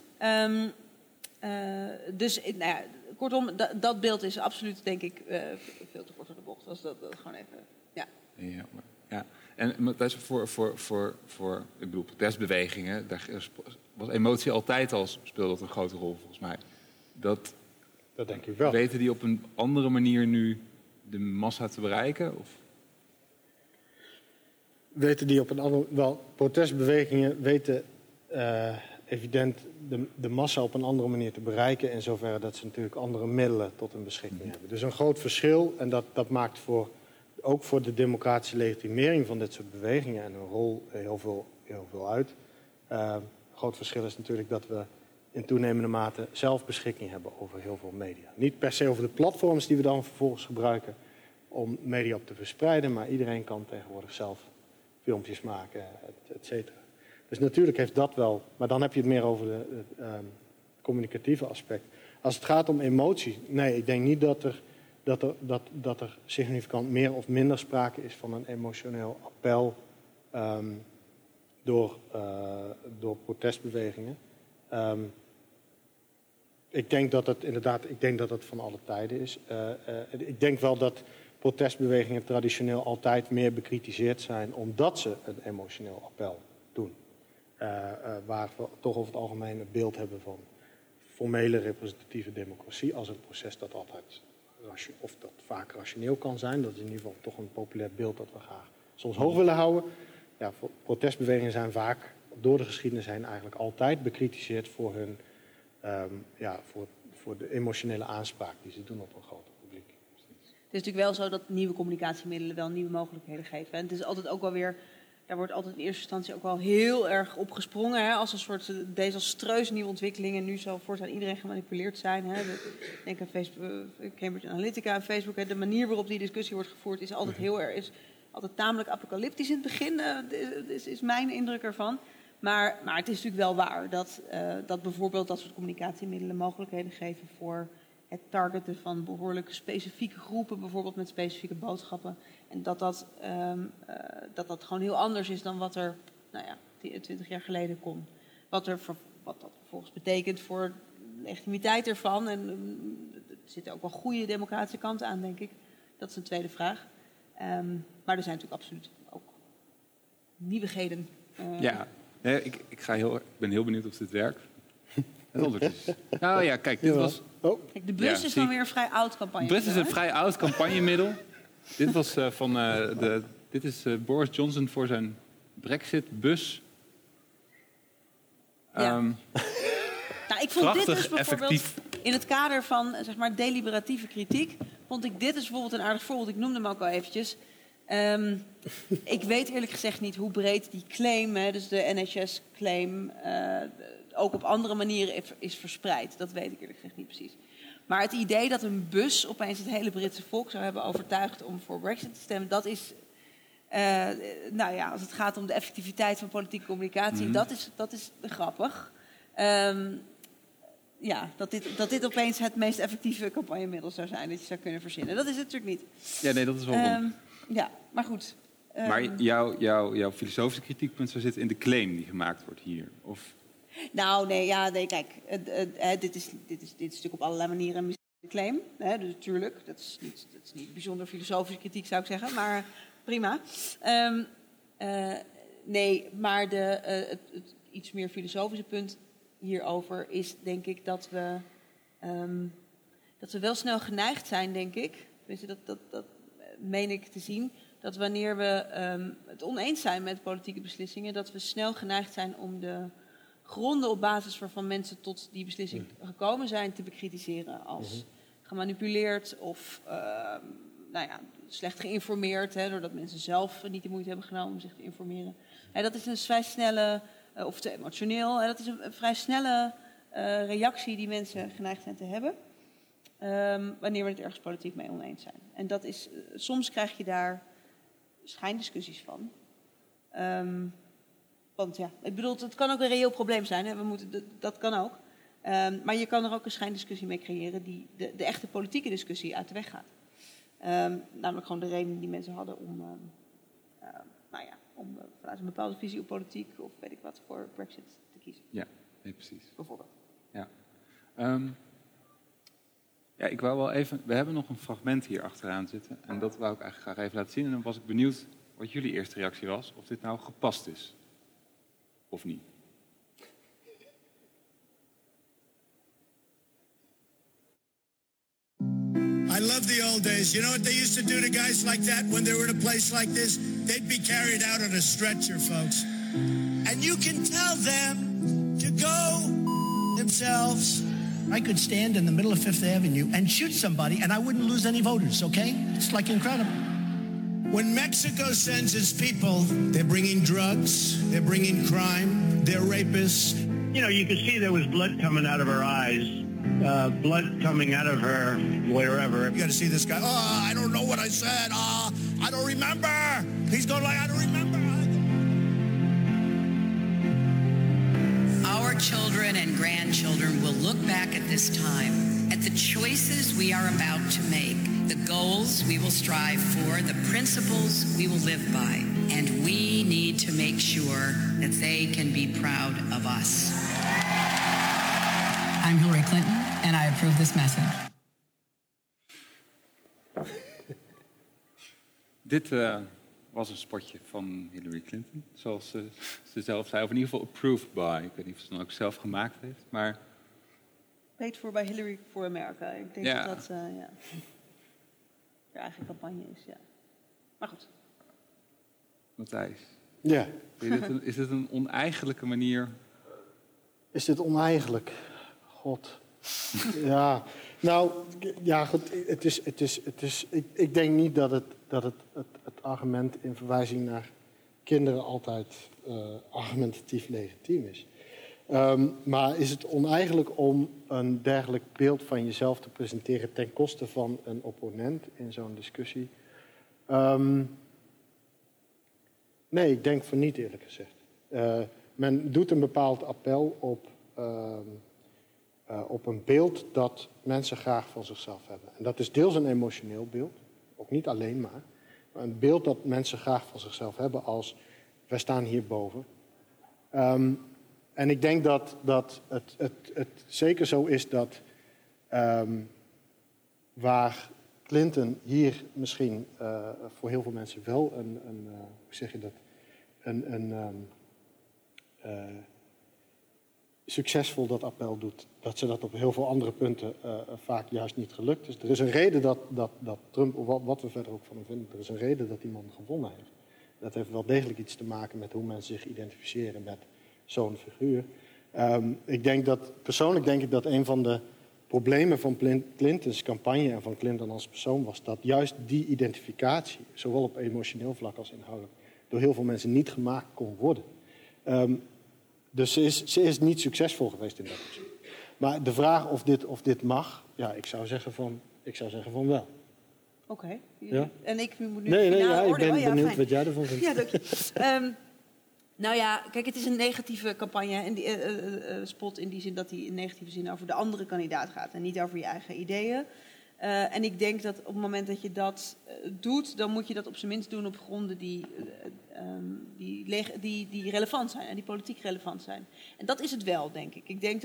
dus nou ja, kortom, dat beeld is absoluut, denk ik, veel te kort door de bocht. Als dat gewoon even, ja.
Ja. En Matthijs, voor ik bedoel, protestbewegingen, daar was emotie altijd al, speelde dat een grote rol volgens mij. Dat
denk ik wel.
Weten die op een andere manier nu de massa te bereiken? Of?
Weten die op een andere... Wel, protestbewegingen weten evident de massa op een andere manier te bereiken, in zoverre dat ze natuurlijk andere middelen tot hun beschikking hebben. Dus een groot verschil, en dat maakt ook voor de democratische legitimering van dit soort bewegingen en hun rol heel veel uit. Een groot verschil is natuurlijk dat we in toenemende mate zelf beschikking hebben over heel veel media. Niet per se over de platforms die we dan vervolgens gebruiken om media op te verspreiden, maar iedereen kan tegenwoordig zelf filmpjes maken, et cetera. Dus natuurlijk heeft dat wel, maar dan heb je het meer over het communicatieve aspect. Als het gaat om emotie, nee, ik denk niet dat er significant meer of minder sprake is van een emotioneel appel door protestbewegingen. Ik denk dat het van alle tijden is. Ik denk wel dat protestbewegingen traditioneel altijd meer bekritiseerd zijn omdat ze een emotioneel appel doen. Waar we toch over het algemeen een beeld hebben van formele representatieve democratie als een proces dat altijd vaak rationeel kan zijn. Dat is in ieder geval toch een populair beeld dat we graag soms hoog willen houden. Ja, protestbewegingen zijn vaak door de geschiedenis heen eigenlijk altijd bekritiseerd voor hun voor de emotionele aanspraak die ze doen op een groter publiek.
Het is natuurlijk wel zo dat nieuwe communicatiemiddelen wel nieuwe mogelijkheden geven. En het is altijd ook wel weer, daar wordt altijd in eerste instantie ook wel heel erg op gesprongen. Hè, als een soort desastreus nieuwe ontwikkelingen nu zo voortaan iedereen gemanipuleerd zijn. Hè. Denk aan Facebook, Cambridge Analytica en Facebook. Hè, de manier waarop die discussie wordt gevoerd is altijd is altijd tamelijk apocalyptisch in het begin. Is mijn indruk ervan. Maar het is natuurlijk wel waar dat bijvoorbeeld dat soort communicatiemiddelen mogelijkheden geven voor het targeten van behoorlijk specifieke groepen, bijvoorbeeld met specifieke boodschappen. En dat gewoon heel anders is dan wat er 20 jaar geleden kon. Wat dat vervolgens betekent voor de legitimiteit ervan. En er zitten ook wel goede democratische kanten aan, denk ik. Dat is een tweede vraag. Maar er zijn natuurlijk absoluut ook nieuwigheden.
Ja. Nee, ik ben heel benieuwd of dit werkt. Het antwoord is... Nou ja, kijk, dit was...
Kijk, de bus is dan weer een vrij oud campagnemiddel.
De bus is een vrij oud campagnemiddel. Dit was dit is Boris Johnson voor zijn Brexit-bus.
Ja. Nou, ik vond dit dus bijvoorbeeld in het kader van zeg maar deliberatieve kritiek, vond ik dit dus bijvoorbeeld een aardig voorbeeld. Ik noemde hem ook al eventjes. Ik weet eerlijk gezegd niet hoe breed die claim, dus de NHS-claim, ook op andere manieren is verspreid. Dat weet ik eerlijk gezegd niet precies. Maar het idee dat een bus opeens het hele Britse volk zou hebben overtuigd om voor Brexit te stemmen, dat is, als het gaat om de effectiviteit van politieke communicatie, dat is grappig. Dat dit opeens het meest effectieve campagnemiddel zou zijn dat je zou kunnen verzinnen. Dat is het natuurlijk niet.
Ja, nee, dat is wel wonderlijk.
Ja, maar goed.
Maar jouw filosofische kritiekpunt zou zitten in de claim die gemaakt wordt hier? Of...
Nou, kijk. Dit is natuurlijk op allerlei manieren een claim. Hè, dus natuurlijk, dat is niet bijzonder filosofische kritiek, zou ik zeggen. Maar prima. Maar het iets meer filosofische punt hierover is, denk ik, dat we wel snel geneigd zijn, denk ik. Dat meen ik te zien, dat wanneer we het oneens zijn met politieke beslissingen, dat we snel geneigd zijn om de gronden op basis waarvan mensen tot die beslissing gekomen zijn te bekritiseren als gemanipuleerd of slecht geïnformeerd, doordat mensen zelf niet de moeite hebben genomen om zich te informeren. Dat is een vrij snelle, of te emotioneel, dat is een vrij snelle reactie die mensen geneigd zijn te hebben. Wanneer we het ergens politiek mee oneens zijn. En dat is, soms krijg je daar schijndiscussies van. Want ja, ik bedoel, het kan ook een reëel probleem zijn. Hè? Dat kan ook. Maar je kan er ook een schijndiscussie mee creëren die de echte politieke discussie uit de weg gaat. Namelijk gewoon de reden die mensen hadden om vanuit een bepaalde visie op politiek of weet ik wat voor Brexit te kiezen.
Ja, nee, precies.
Bijvoorbeeld.
Ja. Ik wou wel even... We hebben nog een fragment hier achteraan zitten. En dat wou ik eigenlijk graag even laten zien. En dan was ik benieuwd wat jullie eerste reactie was. Of dit nou gepast is. Of niet.
I love the old days. You know what they used to do to guys like that when they were in a place like this? They'd be carried out on a stretcher, folks. And you can tell them to go themselves. I could stand in the middle of Fifth Avenue and shoot somebody and I wouldn't lose any voters, okay? It's like incredible. When Mexico sends its people, they're bringing drugs, they're bringing crime, they're rapists.
You know, you could see there was blood coming out of her eyes, blood coming out of her wherever.
You got to see this guy. Oh, I don't know what I said. Oh, I don't remember. He's going like, I don't remember.
Our children and grandchildren will look back at this time, at the choices we are about to make, the goals we will strive for, the principles we will live by. and we need to make sure that they can be proud of us.
I'm Hillary Clinton, and I approve this message.
Dit was een spotje van Hillary Clinton, zoals ze zelf zei. Of in ieder geval approved by. Ik weet niet of ze het dan ook zelf gemaakt heeft. Maar
Paid for by Hillary for America. Ik denk
Ja.
dat haar eigen campagne is, ja. Maar goed.
Matthijs,
Ja.
is dit een oneigenlijke manier?
Is dit oneigenlijk? God. Ja, nou, ja, goed. Ik denk niet dat het argument in verwijzing naar kinderen altijd argumentatief legitiem is. Maar is het oneigenlijk om een dergelijk beeld van jezelf te presenteren ten koste van een opponent in zo'n discussie? Nee, ik denk van niet, eerlijk gezegd. Men doet een bepaald appel op een beeld dat mensen graag van zichzelf hebben. En dat is deels een emotioneel beeld, ook niet alleen maar een beeld dat mensen graag van zichzelf hebben als wij staan hierboven. En ik denk dat het zeker zo is dat waar Clinton hier misschien voor heel veel mensen wel hoe zeg je dat, succesvol dat appel doet, dat ze dat op heel veel andere punten vaak juist niet gelukt is. Er is een reden dat Trump, wat we verder ook van hem vinden, er is een reden dat die man gewonnen heeft. Dat heeft wel degelijk iets te maken met hoe mensen zich identificeren met zo'n figuur. Persoonlijk denk ik dat een van de problemen van Clintons campagne en van Clinton als persoon was dat juist die identificatie, zowel op emotioneel vlak als inhoudelijk, door heel veel mensen niet gemaakt kon worden. Dus ze is niet succesvol geweest in dat opzicht. Maar de vraag of dit mag, ja, ik zou zeggen van wel.
Oké.
Ja?
En ik moet nu
Nee,
finale
ik ben
oordeel.
benieuwd
Fijn.
wat jij ervan vindt.
Ja, dank je. Nou ja, kijk, het is een negatieve campagne en die spot in die zin dat die in negatieve zin over de andere kandidaat gaat en niet over je eigen ideeën. En ik denk dat op het moment dat je dat doet, dan moet je dat op zijn minst doen op gronden die relevant zijn en die politiek relevant zijn. En dat is het wel, denk ik. Ik denk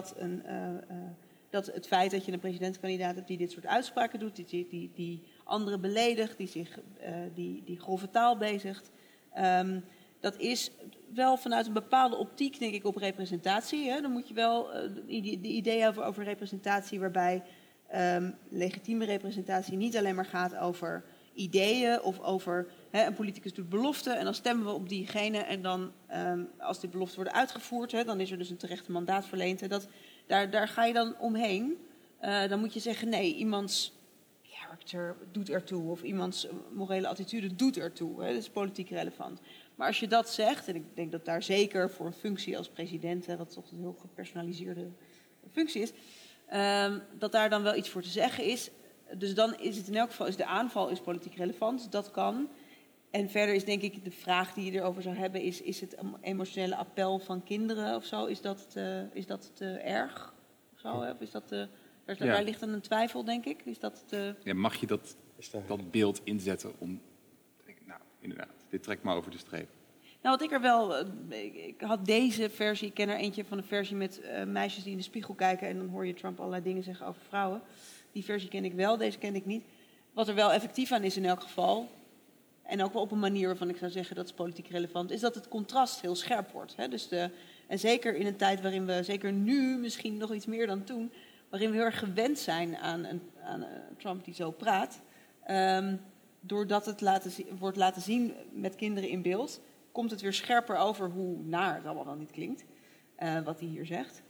dat het feit dat je een presidentskandidaat hebt die dit soort uitspraken doet, die anderen beledigt, die grove taal bezigt, dat is wel vanuit een bepaalde optiek, denk ik, op representatie. Hè. Dan moet je wel de ideeën over representatie waarbij legitieme representatie niet alleen maar gaat over ideeën of over een politicus doet beloften en dan stemmen we op diegene en dan als die beloften worden uitgevoerd, dan is er dus een terechte mandaat verleend. Daar ga je dan omheen. Dan moet je zeggen nee, iemands character doet ertoe of iemands morele attitude doet ertoe. Dat is politiek relevant. Maar als je dat zegt, en ik denk dat daar zeker voor een functie als president, wat toch een heel gepersonaliseerde functie is, dat daar dan wel iets voor te zeggen is. Dus dan is het in elk geval, de aanval is politiek relevant, dat kan. En verder is denk ik de vraag die je erover zou hebben, is het een emotionele appel van kinderen of zo? Is dat te erg? Of zo, of is dat daar ligt dan een twijfel, denk ik. Is dat
Ja, mag je dat beeld inzetten om te denken, nou, inderdaad, dit trekt me over de streep?
Nou, wat ik er wel... Ik had deze versie, ik ken er eentje van een versie met meisjes die in de spiegel kijken en dan hoor je Trump allerlei dingen zeggen over vrouwen. Die versie ken ik wel, deze ken ik niet. Wat er wel effectief aan is in elk geval, en ook wel op een manier waarvan ik zou zeggen dat is politiek relevant, is dat het contrast heel scherp wordt. Hè? Dus en zeker in een tijd waarin we, zeker nu misschien nog iets meer dan toen, waarin we heel erg gewend zijn aan Trump die zo praat, doordat het wordt laten zien met kinderen in beeld, komt het weer scherper over hoe naar het allemaal dan niet klinkt, wat hij hier zegt.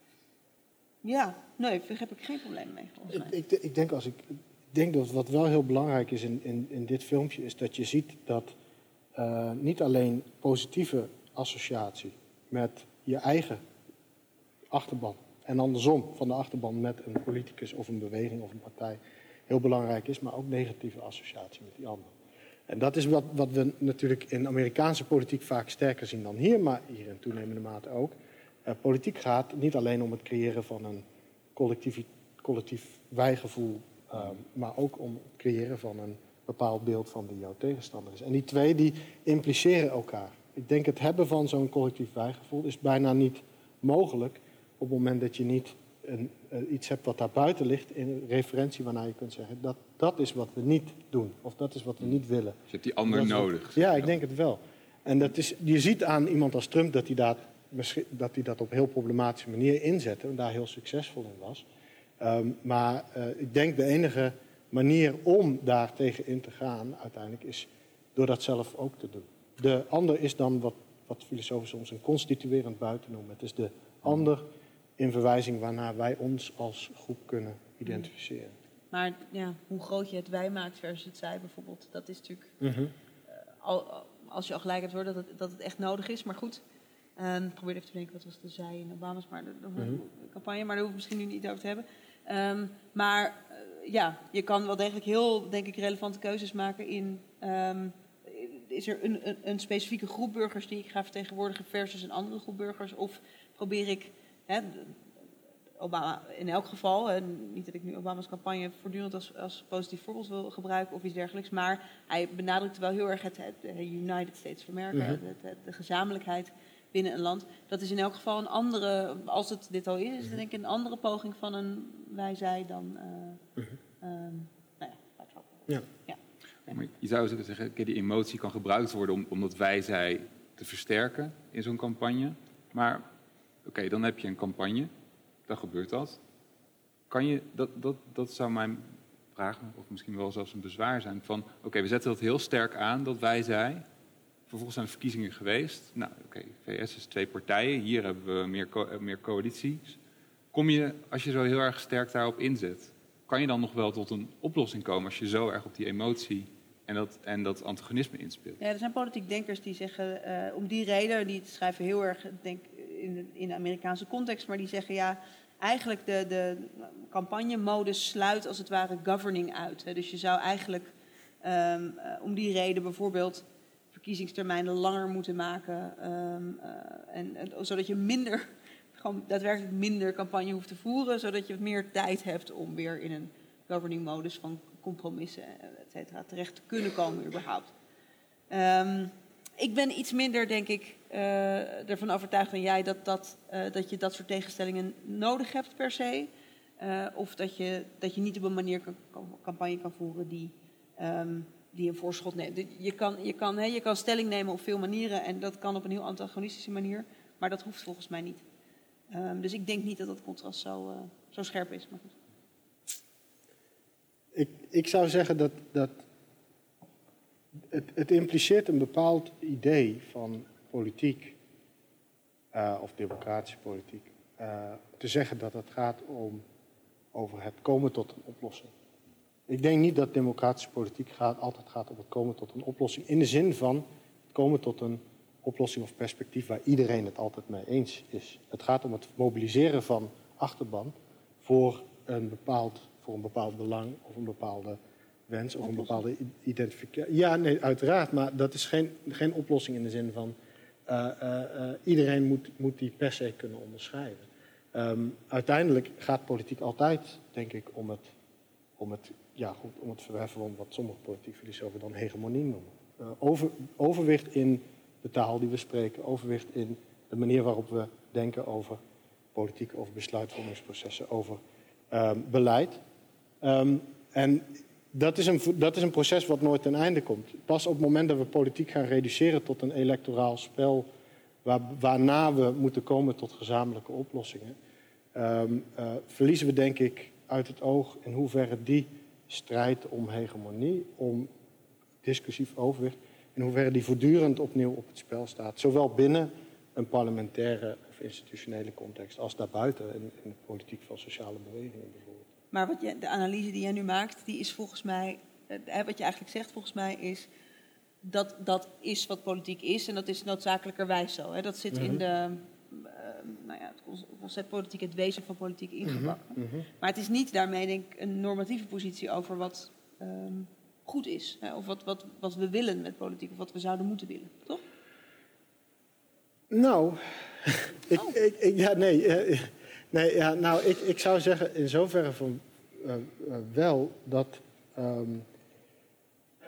Ja, nee, daar heb ik geen probleem mee.
Ik denk dat wat wel heel belangrijk is in dit filmpje, is dat je ziet dat niet alleen positieve associatie met je eigen achterban en andersom van de achterban met een politicus of een beweging of een partij heel belangrijk is, maar ook negatieve associatie met die ander. En dat is wat we natuurlijk in Amerikaanse politiek vaak sterker zien dan hier, maar hier in toenemende mate ook. Politiek gaat niet alleen om het creëren van een collectief wijgevoel, maar ook om het creëren van een bepaald beeld van wie jouw tegenstander is. En die twee die impliceren elkaar. Ik denk het hebben van zo'n collectief wijgevoel is bijna niet mogelijk op het moment dat je niet iets hebt wat daar buiten ligt in een referentie waarna je kunt zeggen dat is wat we niet doen of dat is wat we niet willen.
Dus je hebt die ander nodig.
Ja, ik denk het wel. En je ziet aan iemand als Trump dat hij dat op een heel problematische manier inzette en daar heel succesvol in was. Maar ik denk de enige manier om daar tegen in te gaan uiteindelijk is door dat zelf ook te doen. De ander is dan wat filosofen soms een constituerend buiten noemen. Het is de ander in verwijzing waarnaar wij ons als groep kunnen identificeren.
Maar ja, hoe groot je het wij maakt versus het zij bijvoorbeeld, dat is natuurlijk... als je al gelijk hebt hoor, dat het echt nodig is. Maar goed, ik probeer even te denken, wat was de zij in Obama's campagne, maar daar hoef ik misschien nu niet over te hebben. Ja, je kan wel degelijk heel, denk ik, relevante keuzes maken in... is er een specifieke groep burgers die ik ga vertegenwoordigen versus een andere groep burgers? Of probeer ik, Obama in elk geval, niet dat ik nu Obama's campagne voortdurend als positief voorbeeld wil gebruiken of iets dergelijks, maar hij benadrukt wel heel erg het United States of America, de gezamenlijkheid binnen een land. Dat is in elk geval een andere, als het dit al is het denk ik een andere poging van een wij-zij dan...
Ja.
Maar je zou zeggen, die emotie kan gebruikt worden om dat wij-zij te versterken in zo'n campagne. Maar oké, dan heb je een campagne, dan gebeurt dat. Kan je, dat zou mijn vraag, of misschien wel zelfs een bezwaar zijn, van oké, we zetten dat heel sterk aan, dat wij-zij. Vervolgens zijn er verkiezingen geweest. Nou, VS is 2 partijen, hier hebben we meer coalities. Kom je, als je zo heel erg sterk daarop inzet, kan je dan nog wel tot een oplossing komen als je zo erg op die emotie en dat antagonisme inspeelt?
Ja, er zijn politiek denkers die zeggen, om die reden, die schrijven heel erg denk, in de Amerikaanse context, maar die zeggen ja, eigenlijk de campagnemodus sluit als het ware governing uit. Hè. Dus je zou eigenlijk om die reden bijvoorbeeld verkiezingstermijnen langer moeten maken, zodat je gewoon daadwerkelijk minder campagne hoeft te voeren, zodat je meer tijd hebt om weer in een governing modus van compromissen, et cetera, terecht te kunnen komen überhaupt. Ik ben iets minder, denk ik, ervan overtuigd dan jij dat je dat soort tegenstellingen nodig hebt per se. Of dat je niet op een manier campagne kan voeren die een voorschot neemt. Je kan stelling nemen op veel manieren en dat kan op een heel antagonistische manier, maar dat hoeft volgens mij niet. Dus ik denk niet dat dat contrast zo scherp is. Maar goed.
Ik zou zeggen dat het impliceert een bepaald idee van politiek, of democratische politiek, te zeggen dat het gaat over het komen tot een oplossing. Ik denk niet dat democratische politiek altijd gaat om het komen tot een oplossing, in de zin van het komen tot een oplossing of perspectief waar iedereen het altijd mee eens is. Het gaat om het mobiliseren van achterban voor een bepaald belang of een bepaalde wens of een bepaalde identificatie. Ja, nee, uiteraard, maar dat is geen oplossing in de zin van iedereen moet die per se kunnen onderschrijven. Uiteindelijk gaat politiek altijd, denk ik, om het verwerven van wat sommige politieke filosofen dan hegemonie noemen. Overwicht in de taal die we spreken, overwicht in de manier waarop we denken over politiek, over besluitvormingsprocessen, over beleid. En dat is een proces wat nooit ten einde komt. Pas op het moment dat we politiek gaan reduceren tot een electoraal spel, waarna we moeten komen tot gezamenlijke oplossingen, verliezen we denk ik uit het oog in hoeverre die strijd om hegemonie, om discussief overwicht, in hoeverre die voortdurend opnieuw op het spel staat. Zowel binnen een parlementaire of institutionele context als daarbuiten in de politiek van sociale bewegingen bijvoorbeeld.
Maar de analyse die jij nu maakt, die is volgens mij, wat je eigenlijk zegt volgens mij is, dat is wat politiek is en dat is noodzakelijkerwijs zo. Hè? Dat zit in het concept politiek, het wezen van politiek ingebakken. Maar het is niet daarmee denk ik een normatieve positie over wat goed is. Hè? Of wat we willen met politiek of wat we zouden moeten willen, toch?
Nou, ik zou zeggen in zoverre van wel dat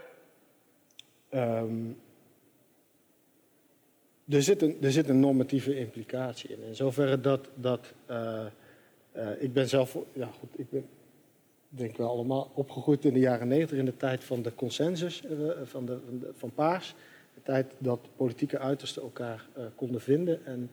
Er zit een normatieve implicatie in. In zoverre dat ik ben zelf, ik ben denk wel allemaal opgegroeid in de jaren 90 in de tijd van de consensus van Paars. De tijd dat politieke uitersten elkaar konden vinden en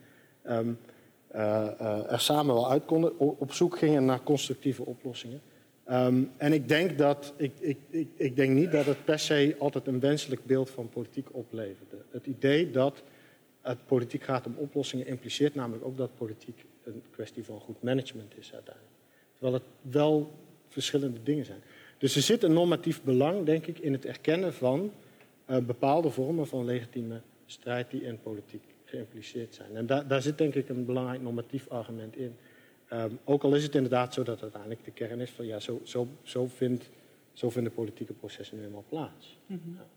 er samen wel uit konden, op zoek gingen naar constructieve oplossingen. En ik denk niet dat het per se altijd een wenselijk beeld van politiek opleverde. Het idee dat het politiek gaat om oplossingen impliceert namelijk ook dat politiek een kwestie van goed management is uiteindelijk. Terwijl het wel verschillende dingen zijn. Dus er zit een normatief belang, denk ik, in het erkennen van bepaalde vormen van legitieme strijd die in politiek geïmpliceerd zijn. En daar zit denk ik een belangrijk normatief argument in. Ook al is het inderdaad zo dat uiteindelijk de kern is van ja, zo vinden politieke processen nu eenmaal plaats.
Mm-hmm.
Ja.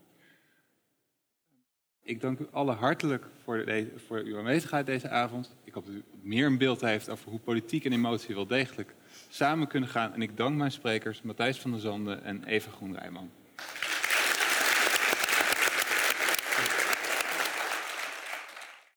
Ik dank u allen hartelijk voor uw aanwezigheid deze avond. Ik hoop dat u meer een beeld heeft over hoe politiek en emotie wel degelijk samen kunnen gaan. En ik dank mijn sprekers Matthijs van der Zanden en Eva Groen-Rijman.